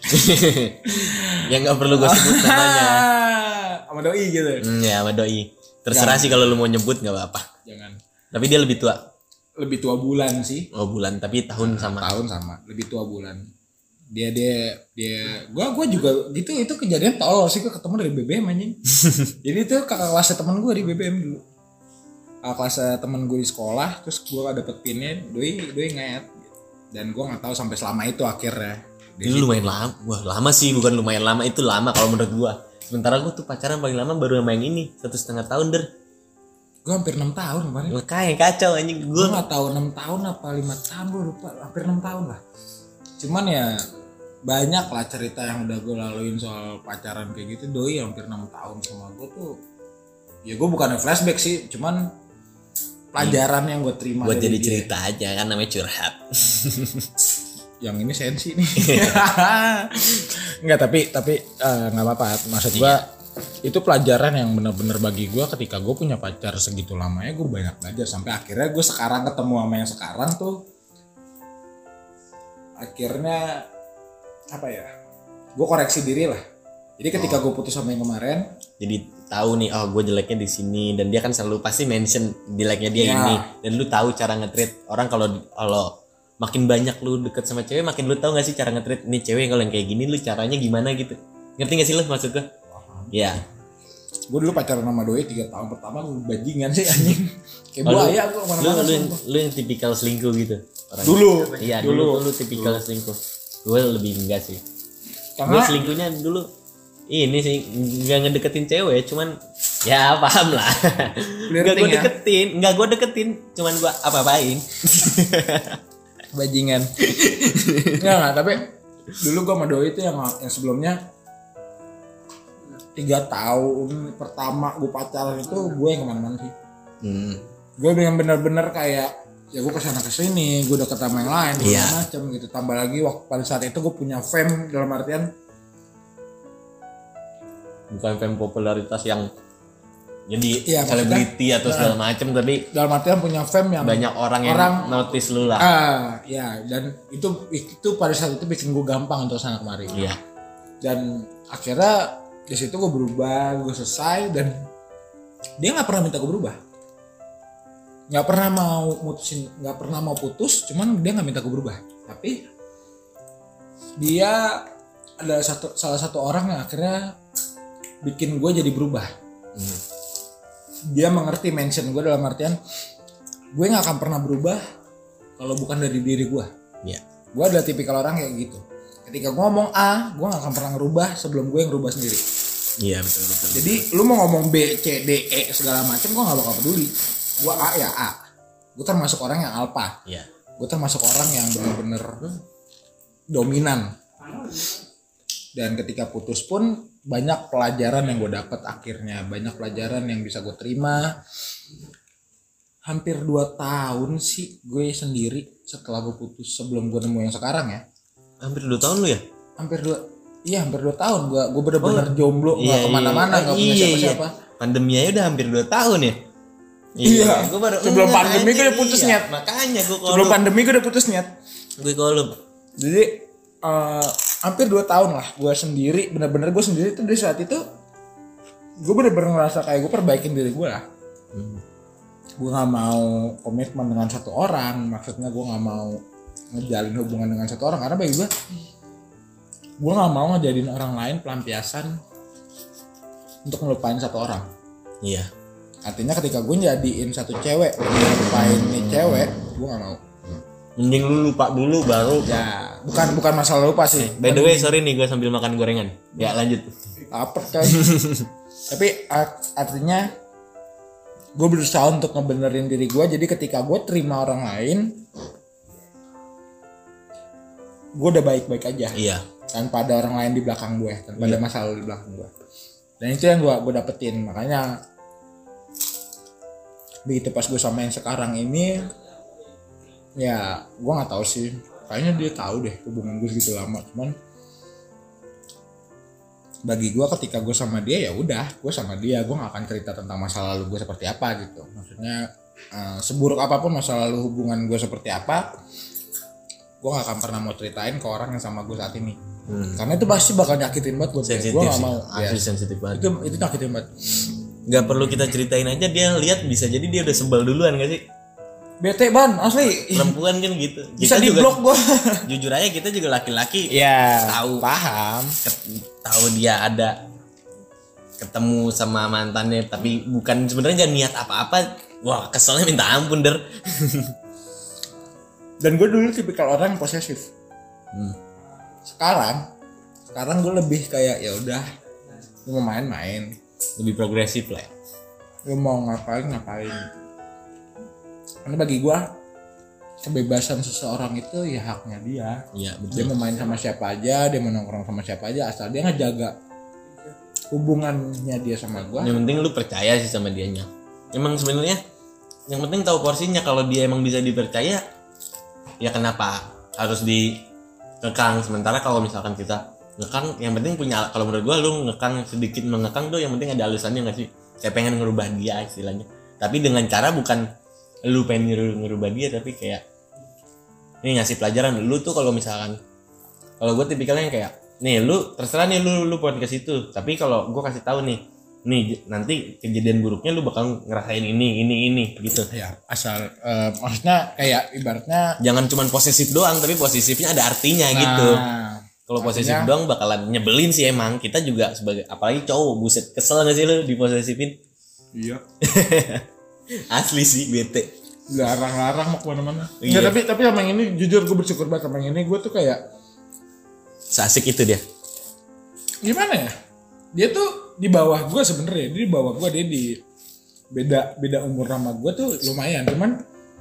A: Yang nggak perlu gue sebut namanya.
B: Sama doi gitu.
A: Hmm, ya sama doi. Terserah Jangan. Sih kalau lu mau nyebut nggak apa-apa.
B: Jangan.
A: Tapi dia lebih tua.
B: Lebih tua bulan sih.
A: Oh bulan, tapi tahun nah, sama.
B: Tahun sama. Lebih tua bulan. Dia dia dia. Gua gua juga gitu itu kejadian tolol sih, gua ketemu dari B B M anjing. Jadi itu kakak kelasnya teman gue di B B M dulu. Kakak kelasnya teman gue di sekolah, terus gua dapet pinnya, doi doi ngayat. Dan gua nggak tahu sampai selama itu akhirnya.
A: Itu lumayan lama. Wah lama sih, bukan lumayan lama, itu lama kalau menurut gua. Sementara gua tuh pacaran paling lama baru sama yang ini satu setengah tahun der.
B: Gue hampir enam tahun kemarin.
A: Kayak kacau anjing. Gue
B: nggak tahu enam tahun apa lima tahun, gue lupa. Hampir enam tahun lah. Cuman ya banyak lah cerita yang udah gue laluin soal pacaran kayak gitu. Doi hampir enam tahun sama gue tuh. Ya gue bukannya flashback sih, cuman pelajaran hmm. yang gue terima.
A: Buat jadi dia. Cerita aja kan namanya curhat.
B: Yang ini sensi nih. Enggak tapi tapi uh, nggak apa-apa. Maksud gue. Iya. Itu pelajaran yang benar-benar bagi gue ketika gue punya pacar segitu lamanya gue banyak belajar sampai akhirnya gue sekarang ketemu sama yang sekarang tuh akhirnya apa ya gue koreksi diri lah. Jadi ketika oh. gue putus sama yang kemarin
A: jadi tahu nih oh gue jeleknya di sini dan dia kan selalu pasti mention jeleknya dia ya. Ini dan lu tahu cara nge-treat orang. Kalau kalau makin banyak lu deket sama cewek makin lu tahu nggak sih cara nge-treat nih cewek kalau yang kayak gini lu caranya gimana gitu. Ngerti nggak sih lu maksud gue? Ya,
B: gue dulu pacaran sama doi tiga tahun pertama gue bajingan sih anjing. Kayak buaya gue
A: kemana-mana. Lu, lu, lu yang tipikal selingkuh gitu.
B: Orang dulu.
A: Iya dulu, dulu lu tipikal dulu. Selingkuh. Gue lebih enggak sih. Karena gue selingkuhnya dulu ini sih nggak ngedeketin cewek, cuman ya paham lah. Nggak gue deketin, nggak gue deketin, cuman gue apa-apain.
B: Bajingan. Nggak nggak tapi dulu gue sama doi itu yang yang sebelumnya tiga tahun pertama gue pacaran itu gue yang kemana-mana sih. Hmm. Gue yang bener-bener kayak ya gue kesana kesini, gue deket sama yang lain, yeah. macam gitu. Tambah lagi waktu pada saat itu gue punya fame dalam artian
A: bukan fame popularitas yang jadi ya, selebriti atau segala nah, macam, tapi
B: dalam artian punya fame yang
A: banyak orang yang orang, notice lu lah.
B: Ah, ya dan itu itu pada saat itu bikin gue gampang untuk sana kemari. Iya. Yeah. Dan akhirnya di situ gue berubah, gue selesai dan dia nggak pernah minta gue berubah, nggak pernah mau mutusin, nggak pernah mau putus, cuman dia nggak minta gue berubah. Tapi dia ada satu salah satu orang yang akhirnya bikin gue jadi berubah. Hmm. Dia mengerti mention gue dalam artian gue nggak akan pernah berubah kalau bukan dari diri gue.
A: Yeah.
B: Gue adalah tipikal orang kayak gitu. Ketika gue ngomong A, gue gak akan pernah ngerubah sebelum gue yang ngerubah sendiri.
A: Iya betul betul.
B: Jadi betul. Lu mau ngomong B, C, D, E segala macam, gue gak bakal peduli. Gue A ya A. Gue termasuk orang yang alpha.
A: Iya.
B: Gue termasuk orang yang benar-benar dominan. Dan ketika putus pun banyak pelajaran yang gue dapet akhirnya, banyak pelajaran yang bisa gue terima. Hampir dua tahun sih gue sendiri setelah gue putus sebelum gue nemu yang sekarang ya.
A: Hampir dua tahun lu ya?
B: Hampir dua, iya hampir dua tahun gue gue bener-bener oh, jomblo nggak iya, kemana-mana nggak iya, punya siapa-siapa.
A: Iya. Pandemi aja udah hampir dua tahun ya.
B: Iya. Gue baru sebelum pandemi gue udah putus
A: iya.
B: nyet.
A: Makanya gue kolom.
B: Sebelum pandemi gue udah putus nyet.
A: Gue kolom.
B: Jadi uh, hampir dua tahun lah gue sendiri, bener-bener gue sendiri tuh di saat itu gue bener-bener ngerasa kayak gue perbaikin diri gue lah. Hmm. Gue nggak mau komitmen dengan satu orang, maksudnya gue nggak mau ngejalin hubungan dengan satu orang karena bagi gue gue nggak mau ngejadiin orang lain pelampiasan untuk ngelupain satu orang.
A: Iya.
B: Artinya ketika gue jadiin satu cewek dan ngelupain nih cewek, gue nggak mau.
A: Mending lu lupa dulu baru.
B: Ya, bukan bukan masalah lupa sih.
A: By the way, sorry nih gue sambil makan gorengan. Ya lanjut.
B: Lapar kan. Tapi art- artinya gue berusaha untuk ngebenerin diri gue. Jadi ketika gue terima orang lain, gue udah baik-baik aja.
A: Iya.
B: Tanpa ada orang lain di belakang gue, tanpa iya. ada masalah di belakang gue. Dan itu yang gue gue dapetin. Makanya begitu pas gue sama yang sekarang ini, ya gue nggak tahu sih. Kayaknya dia tahu deh hubungan gue segitu lama. Cuman bagi gue ketika gue sama dia ya udah, gue sama dia, gue nggak akan cerita tentang masa lalu gue seperti apa gitu. Maksudnya uh, seburuk apapun masa lalu hubungan gue seperti apa, gue nggak akan pernah mau ceritain ke orang yang sama gue saat ini. Hmm. Karena itu pasti bakal nyakitin banget buat gue. Gue nggak mau.
A: Asli ya, sensitif banget.
B: Itu itu nyakitin banget.
A: Gak perlu kita ceritain aja, dia lihat bisa jadi dia udah sebel duluan gak sih?
B: Bete ban asli.
A: Perempuan kan gitu.
B: Bisa di blok gue.
A: Jujur aja kita juga laki-laki.
B: Ya.
A: Tahu.
B: Paham.
A: Tahu dia ada ketemu sama mantannya, tapi bukan sebenarnya gak niat apa-apa. Wah keselnya minta ampun der.
B: Dan gue dulu tipikal orang yang posesif.
A: Hmm.
B: Sekarang, sekarang gue lebih kayak ya udah, gue mau main-main.
A: Lebih progresif lah.
B: Gue mau ngapain ngapain. Karena bagi gue kebebasan seseorang itu ya haknya dia.
A: Iya betul.
B: Dia mau main sama siapa aja, dia mau nongkrong sama siapa aja, asal dia ngejaga hubungannya dia sama gue.
A: Yang penting lu percaya sih sama dianya. Emang sebenarnya yang penting tahu porsinya. Kalau dia emang bisa dipercaya, ya kenapa harus dikekang. Sementara kalau misalkan kita ngekang, yang penting punya, kalau menurut gua lu ngekang sedikit mengekang tuh yang penting ada alasannya nggak sih? Saya pengen ngerubah dia istilahnya, tapi dengan cara bukan lu pengen ngerubah dia, tapi kayak ini ngasih pelajaran. Lu tuh kalau misalkan, kalau gua tipikalnya kayak nih lu terserah nih lu lu buat ke situ, tapi kalau gua kasih tahu nih nih nanti kejadian buruknya lu bakal ngerasain ini ini ini gitu
B: ya. Asal uh, maksudnya kayak ibaratnya
A: jangan cuman posesif doang, tapi posesifnya ada artinya nah, gitu. Kalau posesif doang bakalan nyebelin sih emang. Kita juga sebagai, apalagi cowok, buset kesel gak sih lu diposesifin?
B: Iya.
A: Asli sih bete.
B: Larang-larang mau kemana-mana. Iya. Ya, tapi tapi sama yang ini jujur gue bersyukur banget sama yang ini. Gue tuh kayak
A: seasik itu dia.
B: Gimana ya? Dia tuh di bawah gue sebenarnya. Dia di bawah gue, dia di beda beda umur sama gue tuh lumayan. Cuman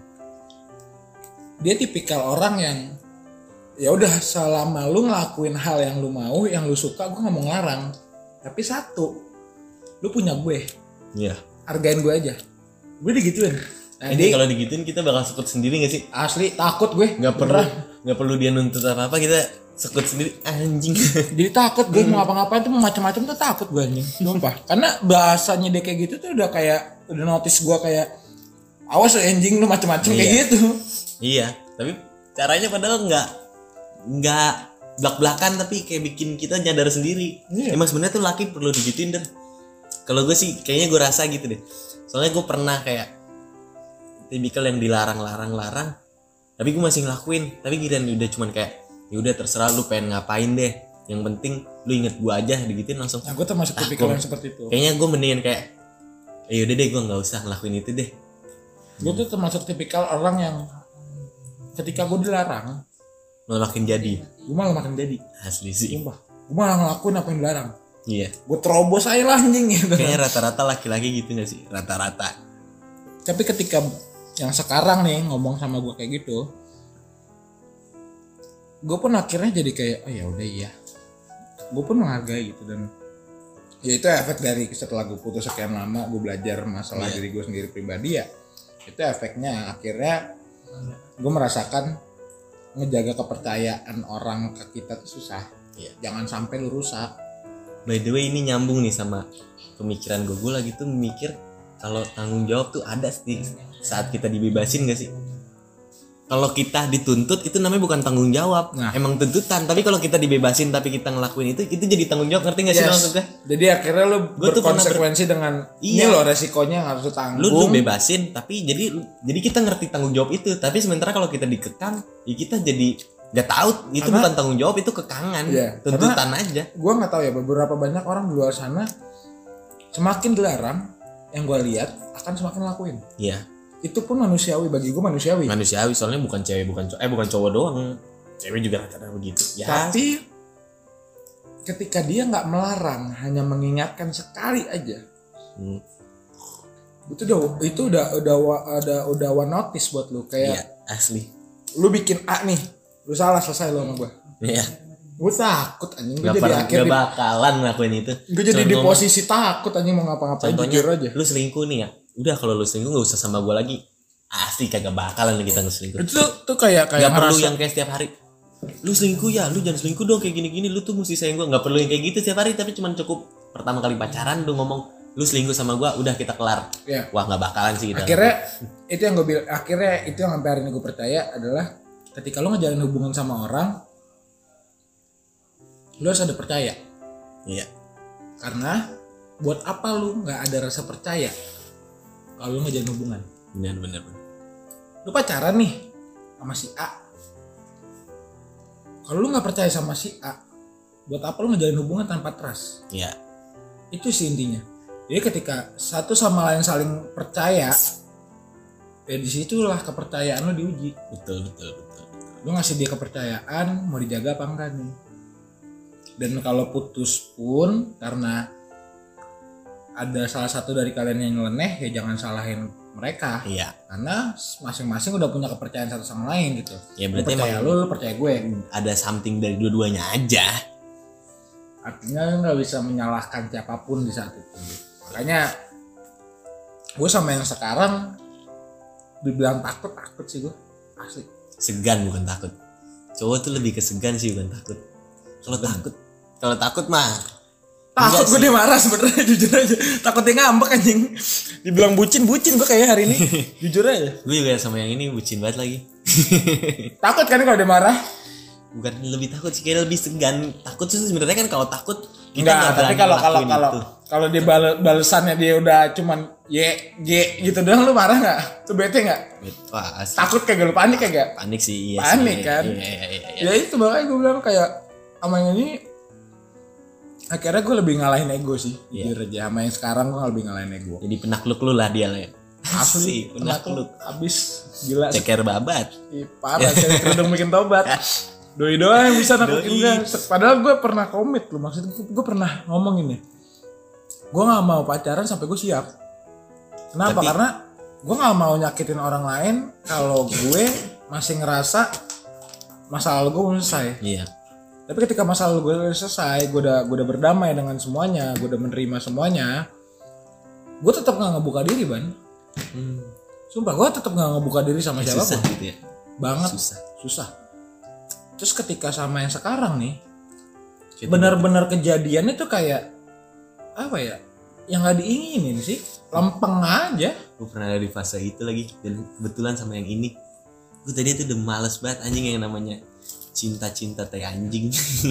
B: dia tipikal orang yang ya udah selama lu ngelakuin hal yang lu mau, yang lu suka, gue nggak mau ngelarang. Tapi satu, lu punya gue.
A: Iya.
B: Hargain gue aja. Gue digituin.
A: Nah, jadi kalau digituin kita bakal sekut sendiri nggak sih?
B: Asli takut gue.
A: Nggak perlu, nggak perlu dia nuntut apa apa, kita sekut sendiri anjing.
B: Jadi takut gue hmm. mau ngapa-ngapain tuh macam-macam tuh takut gue anjing. Sumpah. Karena bahasanya dia kayak gitu tuh udah kayak udah notice gue kayak awas anjing lu macam-macam iya. Kayak gitu.
A: Iya. Tapi caranya padahal nggak nggak belak-belakan, tapi kayak bikin kita nyadar sendiri. Iya. Emang sebenarnya tuh laki perlu digituin deh. Kalau gue sih kayaknya gue rasa gitu deh. Soalnya gue pernah kayak tipikal yang dilarang-larang-larang, tapi gue masih ngelakuin. Tapi giliran udah cuman kayak ya udah terserah lu pengen ngapain deh, yang penting lu inget gue aja, digituin langsung.
B: Nah, gue termasuk
A: ah,
B: tipikal
A: gua,
B: yang seperti itu.
A: Kayaknya gue mendingan kayak ya udah deh gue nggak usah ngelakuin itu deh.
B: Gue tuh termasuk tipikal orang yang ketika gue dilarang
A: malah makin jadi.
B: Gue malah makin jadi.
A: Asli sih.
B: Sumpah. Gue malah ngelakuin apa yang dilarang.
A: Iya.
B: Gue terobos aja lah anjing gitu.
A: Kayaknya rata-rata laki-laki gitu gak sih? Rata-rata.
B: Tapi, tapi ketika yang sekarang nih ngomong sama gue kayak gitu, gue pun akhirnya jadi kayak oh ya udah iya, gue pun menghargai gitu. Dan ya itu efek dari setelah gue putus sekian lama gue belajar masalah yeah. diri gue sendiri pribadi ya, itu efeknya akhirnya gue merasakan ngejaga kepercayaan orang ke kita tuh susah.
A: Yeah.
B: Jangan sampai lu rusak.
A: By the way, ini nyambung nih sama pemikiran gue. Gue lagi tuh mikir kalau tanggung jawab tuh ada sih saat kita dibebasin gak sih? Kalau kita dituntut itu namanya bukan tanggung jawab, nah. emang tuntutan. Tapi kalau kita dibebasin tapi kita ngelakuin itu, itu jadi tanggung jawab. Ngerti gak sih yes. maksudnya?
B: Jadi akhirnya lu gua berkonsekuensi ber... dengan iya. ini lo resikonya yang harus tanggung.
A: Lu, lu bebasin, tapi jadi jadi kita ngerti tanggung jawab itu. Tapi sementara kalau kita dikekang, ya kita jadi nggak tahu itu karena, bukan tanggung jawab, itu kekangan, iya, tuntutan aja.
B: Gue nggak tahu ya, beberapa banyak orang di luar sana semakin dilarang, yang gue lihat akan semakin lakuin.
A: Iya.
B: Itu pun manusiawi, bagi gue manusiawi.
A: Manusiawi soalnya bukan cewek bukan cowok, eh bukan cowok doang, cewek juga kadang begitu. Ya.
B: Tapi ketika dia nggak melarang, hanya mengingatkan sekali aja, hmm. itu udah itu udah udah ada udah one notice buat lu kayak.
A: Iya, asli.
B: Lu bikin A nih, lu salah selesai lu sama gue.
A: Iya.
B: Gue takut anjing, gue
A: jadi
B: pernah,
A: akhir gak bakalan ngelakuin itu.
B: Gue jadi di posisi takut anjing mau ngapa-ngapain.
A: Contohnya,
B: jujur aja.
A: Lu selingkuh nih ya. Udah kalau lu selingkuh gak usah sama gue lagi. Asli kagak bakalan kita ngeselingkuh.
B: Itu tuh kayak kayak
A: gak perlu yang kayak setiap hari. Lu selingkuh ya, lu jangan selingkuh dong kayak gini-gini. Lu tuh mesti sayang gue. Gak perlu yang kayak gitu setiap hari. Tapi cuman cukup pertama kali pacaran lu ngomong lu selingkuh sama gue, udah kita kelar. Ya. Wah gak bakalan sih kita.
B: Akhirnya itu yang gue bilang. Akhirnya itu yang sampai hari ini gue percaya adalah ketika lu ngejalin hubungan sama orang, lu harus ada percaya.
A: Iya.
B: Karena buat apa lu nggak ada rasa percaya kalau lu ngejalin hubungan?
A: Benar, benar, benar.
B: Lu pacaran nih sama si A. Kalau lu nggak percaya sama si A, buat apa lu ngejalin hubungan tanpa trust?
A: Iya.
B: Itu sih intinya. Jadi ketika satu sama lain saling percaya, ya disitulah kepercayaan lu diuji.
A: Betul, betul, betul.
B: Lu ngasih dia kepercayaan, mau dijaga apa enggak nih? Dan kalau putus pun karena ada salah satu dari kalian yang nyeleneh, ya jangan salahin mereka.
A: Iya.
B: Karena masing-masing udah punya kepercayaan satu sama lain gitu.
A: Ya berarti
B: lu percaya lu, lu percaya gue.
A: Ada something dari dua-duanya aja.
B: Artinya nggak bisa menyalahkan siapapun di saat itu. Makanya gue sama yang sekarang dibilang takut takut sih gue asli.
A: Segan bukan takut. Cowok tuh lebih ke segan sih bukan takut. Kalau takut, kalau takut mah
B: takut gue dia marah sebenarnya jujur aja. Takutnya ngambek anjing. Dibilang bucin bucin gue kayak hari ini. Jujur aja.
A: Gue juga sama yang ini bucin banget lagi.
B: Takut kan kalau dia marah?
A: Bukan lebih takut sih, kayak lebih segan. Takut sih sebenarnya kan kalau takut kita
B: enggak, tapi kalau kalau kalau kalau dia bal- balasannya dia udah cuman ye ye gitu doang, lu marah enggak? Tuh bete enggak?
A: Wah, asli.
B: Takut kagak lu panik kagak?
A: Panik sih, iya.
B: Panik
A: sih.
B: kan?
A: Iya, iya, iya, iya.
B: Ya itu makanya gue bilang kayak sama yang ini akhirnya gue lebih ngalahin ego sih.
A: Yeah.
B: Jujur aja sama yang sekarang gue lebih ngalahin ego.
A: Jadi penakluk lu lah dia lah ya.
B: Asli penakluk. Abis gila.
A: Ceker babat.
B: Ih, parah saya kerudung bikin tobat. Doi doang yang bisa naklukin gue. Padahal gue pernah komit loh. Maksudnya gue pernah ngomong ini. Gue gak mau pacaran sampai gue siap. Kenapa? Berarti... Karena gue gak mau nyakitin orang lain kalau gue masih ngerasa masa lalu gue belum selesai.
A: Iya.
B: Tapi ketika masa lalu gue udah selesai, gue udah gue udah berdamai dengan semuanya, gue udah menerima semuanya, gue tetap gak ngebuka diri ban. Hmm. Sumpah gue tetap gak ngebuka diri sama ya, siapa
A: pun. Gitu ya? Banget.
B: Susah. Susah. Terus ketika sama yang sekarang nih, gitu benar-benar kejadiannya tuh kayak apa ya? Yang nggak diinginin sih, lempeng aja.
A: Gue pernah ada di fase itu lagi dan kebetulan sama yang ini. Gue tadi tuh udah males banget anjing yang namanya cinta-cinta teh anjing.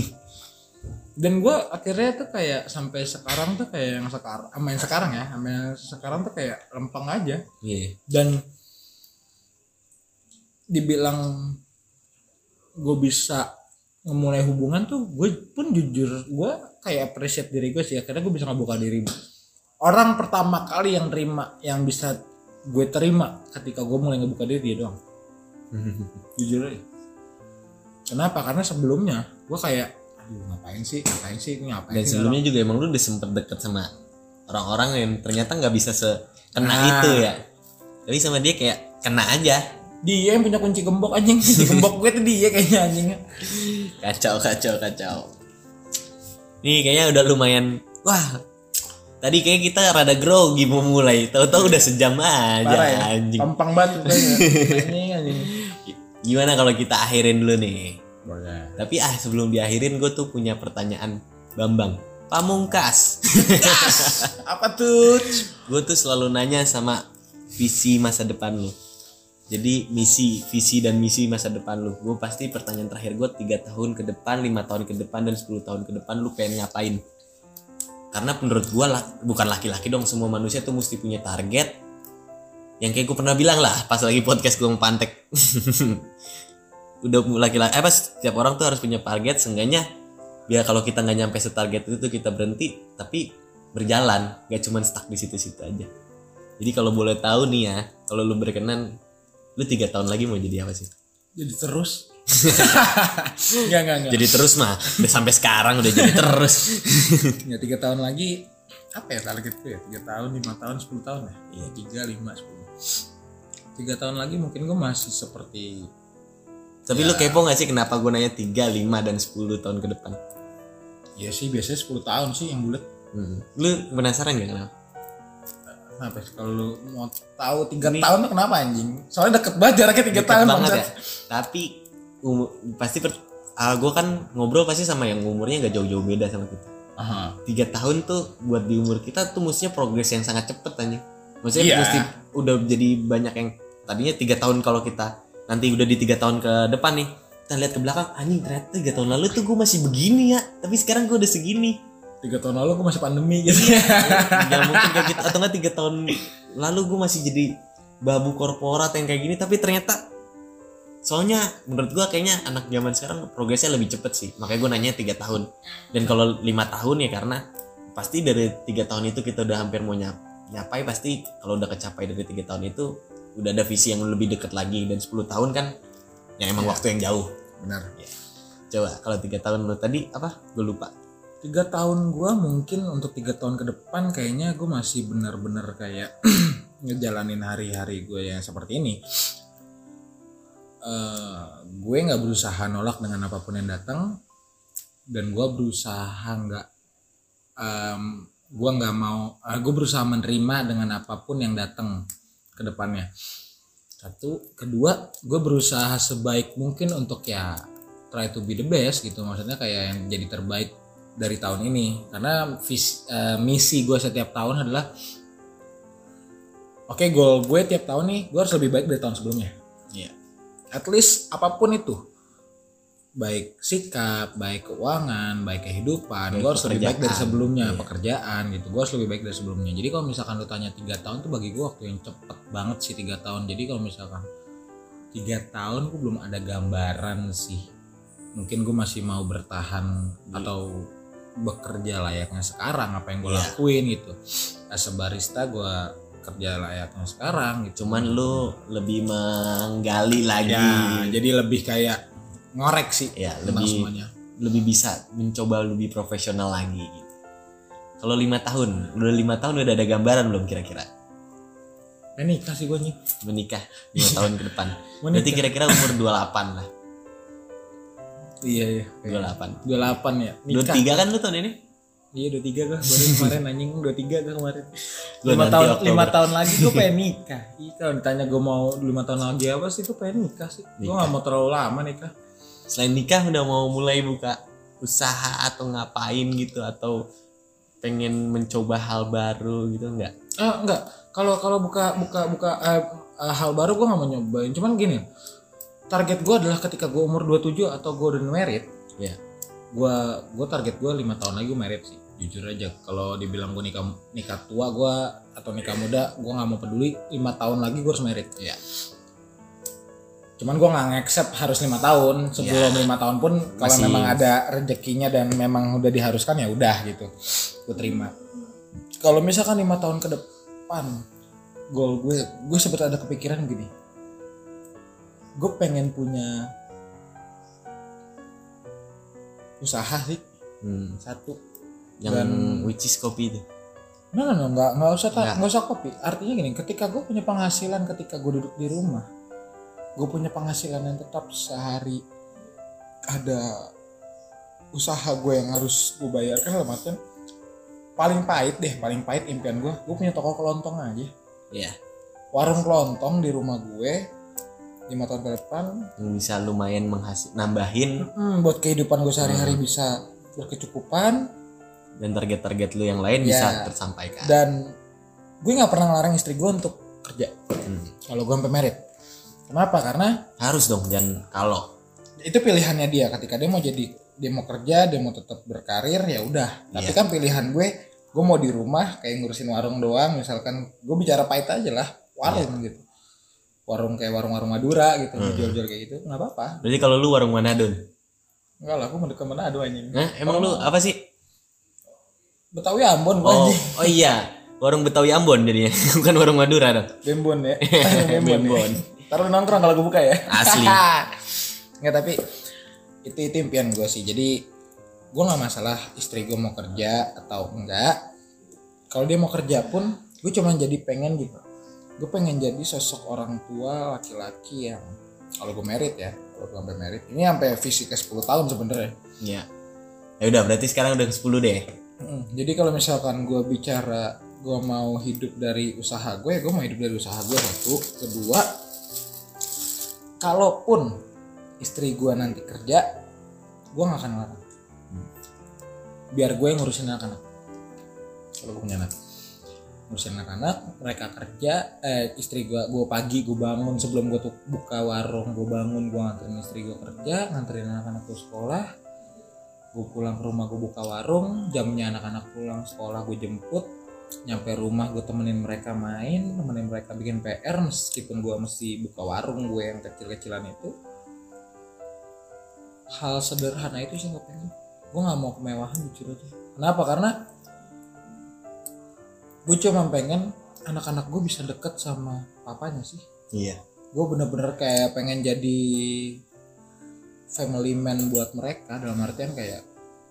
B: Dan gue akhirnya tuh kayak sampai sekarang tuh kayak yang sekarang, sama yang sekarang ya, sama yang sekarang tuh kayak lempeng aja.
A: Iya. Yeah.
B: Dan dibilang gue bisa ngemulai hubungan tuh gue pun jujur gue kayak appreciate diri gue sih akhirnya gue bisa ngebuka diri. Orang pertama kali yang terima yang bisa gue terima ketika gue mulai ngebuka diri dia doang. Jujur aja. Kenapa? Karena sebelumnya gue kayak aduh ngapain sih ngapain sih ngapain
A: dan
B: sih
A: sebelumnya
B: orang.
A: Juga emang lu udah sempet deket sama orang-orang yang ternyata nggak bisa sekena
B: nah.
A: itu ya. Tapi sama dia kayak kena aja.
B: Dia yang punya kunci gembok anjing. Kunci gembok gue tuh dia kayaknya anjingnya.
A: Kacau kacau kacau. Nih kayaknya udah lumayan. Wah, tadi kayak kita rada grogi mau mulai. Tahu-tahu udah sejam aja.
B: Parah ya?
A: Anjing.
B: Pampang banget kayaknya. Anjing anjing.
A: Gimana kalau kita akhirin dulu nih?
B: Boleh.
A: Tapi ah sebelum diakhirin gue tuh punya pertanyaan Bambang Pamungkas.
B: Apa tuh?
A: Gue tuh selalu nanya sama visi masa depan lu. Jadi misi, visi dan misi masa depan lu. Gue pasti pertanyaan terakhir gue tiga tahun ke depan, lima tahun ke depan, dan sepuluh tahun ke depan lu pengen ngapain? Karena menurut gue lah, bukan laki-laki dong, semua manusia tuh mesti punya target. Yang kayak gue pernah bilang lah pas lagi podcast gue mempantek. Udah laki-laki, eh pas setiap orang tuh harus punya target, seenggaknya biar kalau kita nggak nyampe setarget itu tuh kita berhenti, tapi berjalan, gak cuman stuck di situ-situ aja. Jadi kalau boleh tahu nih ya, kalau lu berkenan, lu tiga tahun lagi mau jadi apa sih?
B: Jadi terus? Enggak enggak enggak.
A: Jadi terus mah, udah sampai sekarang udah jadi terus.
B: Ya tiga tahun lagi apa ya target gue ya? Tiga tahun, lima tahun, sepuluh tahun ya? Iya tiga, lima, sepuluh. Tiga tahun lagi mungkin gue masih seperti.
A: Tapi ya. Lu kepo gak sih kenapa gue nanya tiga, lima, dan sepuluh tahun ke depan?
B: Ya sih biasanya sepuluh tahun sih yang bulat.
A: Hmm. Lu penasaran gak kenapa?
B: Kenapa sih kalau lu mau tahu tiga tahun tuh kenapa anjing? Soalnya deket banget jaraknya tiga tahun
A: banget
B: bangsa.
A: Ya. Tapi um, pasti per, uh, gue kan ngobrol pasti sama yang umurnya gak jauh-jauh beda sama kita.
B: Aha.
A: Tiga tahun tuh buat di umur kita tuh mestinya progres yang sangat cepet anjing. Maksudnya
B: yeah.
A: mesti udah jadi banyak yang tadinya tiga tahun, kalau kita nanti udah di tiga tahun ke depan nih, kita lihat ke belakang, anjing ternyata tiga tahun lalu tuh gue masih begini ya, tapi sekarang gue udah segini.
B: Tiga tahun lalu gue masih pandemi gitu.
A: Ya mungkin kayak gitu, atau nggak tiga tahun lalu gue masih jadi babu korporat yang kayak gini, tapi ternyata soalnya menurut gue kayaknya anak zaman sekarang progresnya lebih cepet sih, makanya gue nanya tiga tahun. Dan kalau lima tahun ya karena pasti dari tiga tahun itu kita udah hampir mau nyap, nyapai, pasti kalau udah kecapai dari tiga tahun itu udah ada visi yang lebih deket lagi. Dan sepuluh tahun kan yang emang ya, waktu yang jauh.
B: Benar
A: ya. Coba kalau tiga tahun lu tadi apa? Gue lupa.
B: Tiga tahun gue mungkin untuk tiga tahun ke depan kayaknya gue masih benar-benar kayak ngejalanin hari-hari gue yang seperti ini. Uh, gue nggak berusaha nolak dengan apapun yang datang, dan gue berusaha nggak, um, gue nggak mau, uh, gue berusaha menerima dengan apapun yang datang ke depannya. Satu, kedua, gue berusaha sebaik mungkin untuk ya try to be the best gitu, maksudnya kayak yang jadi terbaik dari tahun ini. Karena vis, uh, misi gue setiap tahun adalah oke okay, goal gue tiap tahun nih gue harus lebih baik dari tahun sebelumnya.
A: Iya. Yeah.
B: At least apapun itu, baik sikap, baik keuangan, baik kehidupan, gue harus lebih baik dari sebelumnya. Iya. Pekerjaan gitu, gue harus lebih baik dari sebelumnya. Jadi kalau misalkan lu tanya tiga tahun tuh bagi gue waktu yang cepet banget sih tiga tahun. Jadi kalau misalkan tiga tahun gue belum ada gambaran sih. Mungkin gue masih mau bertahan iya. atau bekerja layaknya sekarang apa yang gue yeah. lakuin gitu. As a barista gue kerja layaknya sekarang gitu.
A: Cuman lu lebih menggali lagi.
B: Ya, jadi lebih kayak ngorek sih
A: ya, lebih semuanya. Lebih bisa mencoba lebih profesional lagi gitu. Kalau lima tahun, udah lima tahun udah ada gambaran belum kira-kira?
B: Menikah sih gue nih.
A: Menikah lima tahun ke depan. Berarti kira-kira umur dua puluh delapan lah.
B: Iya iya.
A: dua puluh delapan.
B: dua puluh delapan ya. Nikah.
A: dua puluh tiga kan lu tahun ini?
B: Iya dua puluh tiga gue baru kemarin anjing dua puluh tiga gue kemarin. lima tahun lima tahun lagi gue pengen nikah. Iya kalau ditanya gue mau lima tahun lagi apa sih, gue pengen nikah sih. Gue enggak mau terlalu lama nikah.
A: Selain nikah udah mau mulai buka usaha atau ngapain gitu, atau pengen mencoba hal baru gitu enggak?
B: Ah enggak. Kalau kalau buka buka buka uh, uh, hal baru gue enggak mau nyobain. Cuman gini. Target gue adalah ketika gue umur dua puluh tujuh atau gue udah married. Iya. Yeah. Gue gue target gue lima tahun lagi gue married sih. Jujur aja, kalau dibilang gue nikah nikah tua gue atau nikah muda, gue nggak mau peduli. Lima tahun lagi gue harus married. Iya. Cuman gue nggak nge-accept harus lima tahun. Sebelum yeah. lima tahun pun kalau Masih... memang ada rezekinya dan memang udah diharuskan ya udah gitu, gue terima. Kalau misalkan lima tahun ke depan, goal gue, gue sempat ada kepikiran gini. Gue pengen punya usaha sih, hmm. satu.
A: Yang dan, which is kopi itu?
B: No, no, no, nggak nggak usah tak, nggak usah kopi. Artinya gini, ketika gue punya penghasilan, ketika gue duduk di rumah, gue punya penghasilan yang tetap sehari, ada usaha gue yang harus gue bayarkan, dalam artian paling pahit deh, paling pahit impian gue, gue punya toko kelontong aja.
A: Iya.
B: Warung kelontong di rumah gue lima tahun ke depan
A: bisa lumayan menghasil nambahin
B: hmm, buat kehidupan gue sehari-hari, hmm. bisa berkecukupan
A: dan target-target lu yang lain ya, bisa tersampaikan.
B: Dan gue nggak pernah ngelarang istri gue untuk kerja hmm. kalau gue sampai merit. Kenapa? Karena
A: harus dong, jangan kalau
B: itu pilihannya dia. Ketika dia mau jadi, dia mau kerja, dia mau tetap berkarir, ya udah. Tapi yeah. kan pilihan gue, gue mau di rumah kayak ngurusin warung doang. Misalkan gue bicara pahit aja lah, warung yeah. gitu, warung kayak warung-warung Madura gitu, hmm. jual-jual kayak gitu, nggak apa-apa.
A: Berarti kalau lu warung Manado?
B: Enggak lah, aku mau ke Manado anjing.
A: Nah, emang lu apa sih?
B: Betawi Ambon gue
A: oh,
B: anjing. Oh
A: iya, warung Betawi Ambon jadinya, bukan warung Madura dong.
B: Bembon ya. Bembon. Bembon. Taruh nongkrong kalau gue buka ya.
A: Asli.
B: Nggak, tapi itu itu impian gue sih. Jadi gue nggak masalah istri gue mau kerja atau enggak. Kalau dia mau kerja pun, gue cuma jadi pengen gitu. Gue pengen jadi sosok orang tua laki-laki yang, kalau gue merit ya, kalau gue sampai merit, ini sampai visi ke sepuluh tahun sebenarnya.
A: Iya. Ya udah, berarti sekarang udah ke sepuluh deh.
B: Hmm, jadi kalau misalkan gue bicara gue mau hidup dari usaha gue, gue mau hidup dari usaha gue satu. Kedua, kalaupun istri gue nanti kerja, gue nggak akan ngelarang. Biar gue yang ngurusin anak-anak. Kalau gue punya anak, ngurusin anak-anak, mereka kerja. Eh istri gue, gue pagi gue bangun sebelum gue tuh buka warung, gue bangun, gue nganterin istri gue kerja, nganterin anak-anak ke sekolah. Gue pulang ke rumah, gue buka warung. Jamnya anak-anak pulang sekolah, gue jemput. Nyampe rumah gue temenin mereka main, temenin mereka bikin P R, meskipun gue mesti buka warung gue yang kecil-kecilan itu. Hal sederhana itu sih gue pengen. Gue nggak mau kemewahan, jujur aja. Kenapa? Karena gue cuma pengen anak-anak gue bisa deket sama papanya sih.
A: Iya.
B: Gue bener-bener kayak pengen jadi family man buat mereka, dalam artian kayak,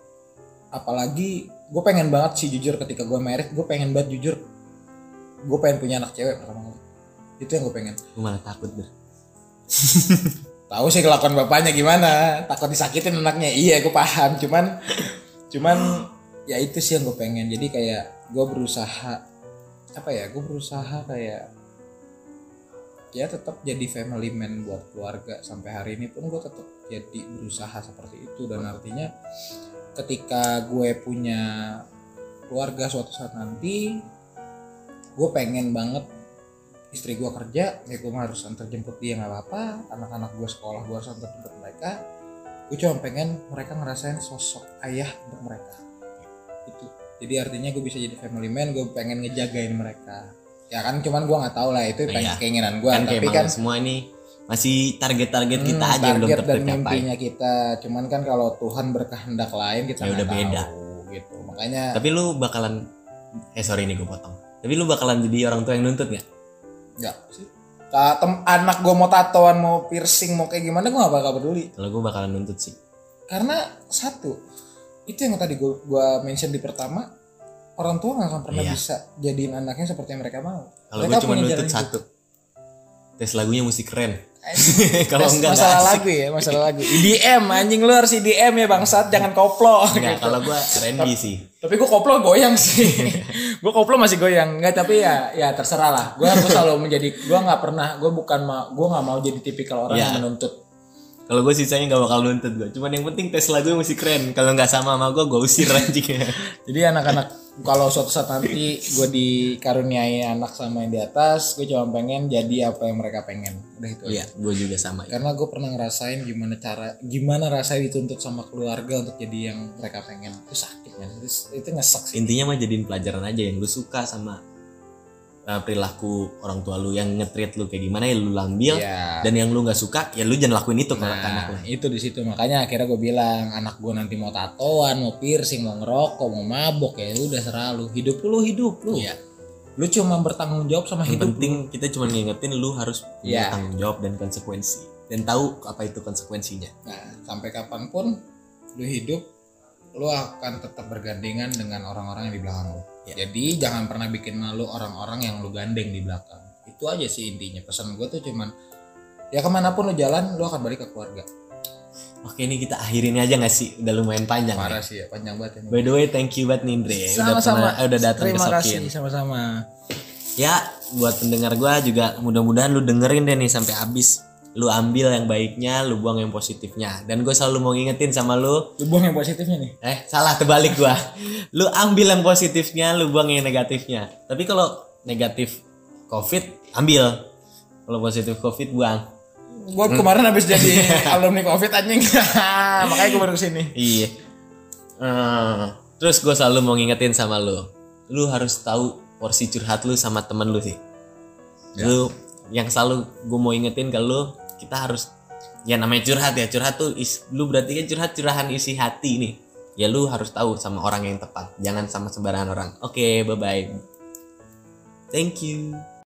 B: apalagi gue pengen banget sih jujur ketika gue married, gue pengen banget jujur, gue pengen punya anak cewek pertama kali. Itu yang gue pengen.
A: Gue malah takut deh.
B: Tahu sih kelakuan bapaknya gimana, takut disakitin anaknya. Iya, gue paham. Cuman, cuman ya itu sih yang gue pengen. Jadi kayak gue berusaha, apa ya? Gue berusaha kayak ya tetap jadi family man buat keluarga. Sampai hari ini pun gue tetap jadi berusaha seperti itu. Dan artinya ketika gue punya keluarga suatu saat nanti, gue pengen banget istri gue kerja, ya gue harus antar jemput dia nggak apa-apa, anak-anak gue sekolah gue harus antar jemput mereka. Gue cuma pengen mereka ngerasain sosok ayah untuk mereka. Itu. Jadi artinya gue bisa jadi family man, gue pengen ngejagain mereka. Ya kan, cuman gue nggak tahu lah itu
A: nah, iya.
B: keinginan gue.
A: Kan
B: tapi kan
A: semua ini masih target-target
B: hmm,
A: kita aja yang belum tercapai.
B: Target dan mimpinya kita. Cuman kan kalau Tuhan berkehendak lain kita
A: ya udah beda.
B: Tahu, gitu. Makanya.
A: Tapi lu bakalan, eh sorry nih gue potong. Tapi lu bakalan jadi orang tua yang nuntut nggak?
B: Enggak sih. Tem- anak gue mau tatoan, mau piercing, mau kayak gimana, gue gak bakal peduli.
A: Kalau gue bakalan nuntut sih.
B: Karena satu, itu yang tadi gue gue mention di pertama, orang tua gak akan pernah iya. bisa jadiin anaknya seperti yang mereka mau.
A: Kalau gue cuma nuntut satu, tes lagunya mesti keren.
B: Kalau enggak masalah gak lagu ya, masalah lagu. E D M anjing, lu harus E D M ya bangsat, jangan koplo.
A: Enggak, kalau gue R and B sih.
B: Tapi gue koplo goyang sih. Gue koplo masih goyang. Enggak, tapi ya ya terserah lah. Gue gue selalu menjadi, gue nggak pernah, gue bukan ma, gue nggak mau jadi tipikal orang ya. yang menuntut.
A: Kalau gue sisanya nggak bakal nuntut gue. Cuman yang penting tes lagunya mesti keren. Kalau nggak sama sama gue, gue usir anjing.
B: Jadi anak-anak, kalau suatu saat nanti gue dikaruniai anak sama yang di atas, gue cuma pengen jadi apa yang mereka pengen. Udah itu.
A: Iya, gue juga sama.
B: Karena gue pernah ngerasain gimana cara, gimana rasanya dituntut sama keluarga untuk jadi yang mereka pengen. Itu sakit kan, itu, itu ngesek sih.
A: Intinya mah jadiin pelajaran aja, yang lu suka sama uh, perilaku orang tua lu, yang nge-treat lu kayak gimana ya lu ambil. Yeah. Dan yang lu nggak suka ya lu jangan lakuin itu.
B: Nah,
A: ke anak lu.
B: Itu di situ, makanya akhirnya gue bilang anak gue nanti mau tatoan, mau piercing, mau ngerokok, mau mabok, ya udah serah lu. Hidup lu hidup lu.
A: Yeah.
B: Lu cuma bertanggung jawab sama
A: yang
B: hidup.
A: Penting
B: lu.
A: Kita cuma ngingetin lu harus punya yeah. tanggung jawab dan konsekuensi, dan tahu apa itu konsekuensinya.
B: Nah, sampai kapanpun lu hidup, lu akan tetap bergandengan dengan orang-orang yang di belakang lu. Ya. Jadi jangan pernah bikin malu orang-orang yang lu gandeng di belakang. Itu aja sih intinya. Pesan gue tuh cuman ya kemanapun lu jalan lu akan balik ke keluarga.
A: Oke, ini kita akhirin aja gak sih? Udah lumayan panjang.
B: Parah
A: ya?
B: sih ya, panjang banget ini.
A: By the way, thank you banget Nindre. Udah
B: Sama-sama.
A: pernah, eh, udah datang ke
B: Terima
A: Sokin.
B: kasih, sama-sama.
A: Ya, buat pendengar gua juga mudah-mudahan lu dengerin deh nih sampai habis. Lu ambil yang baiknya, lu buang yang positifnya. Dan gue selalu mau ngingetin sama lu.
B: Lu buang yang positifnya nih.
A: Eh, salah terbalik gua. Lu ambil yang positifnya, lu buang yang negatifnya. Tapi kalau negatif Covid, ambil. Kalau positif Covid, buang.
B: Gue kemarin habis jadi alumni Covid anjing. Makanya gue baru kesini.
A: Iya. Hmm. Terus gue selalu mau ngingetin sama lu. Lu harus tahu porsi curhat lu sama temen lu sih. Ya. Lu yang selalu gue mau ingetin ke lu, kita harus, ya namanya curhat ya. Curhat tuh is, lu berarti kan curhat curahan isi hati nih. Ya lu harus tahu sama orang yang tepat. Jangan sama sembarangan orang. Oke, okay, bye-bye. Thank you.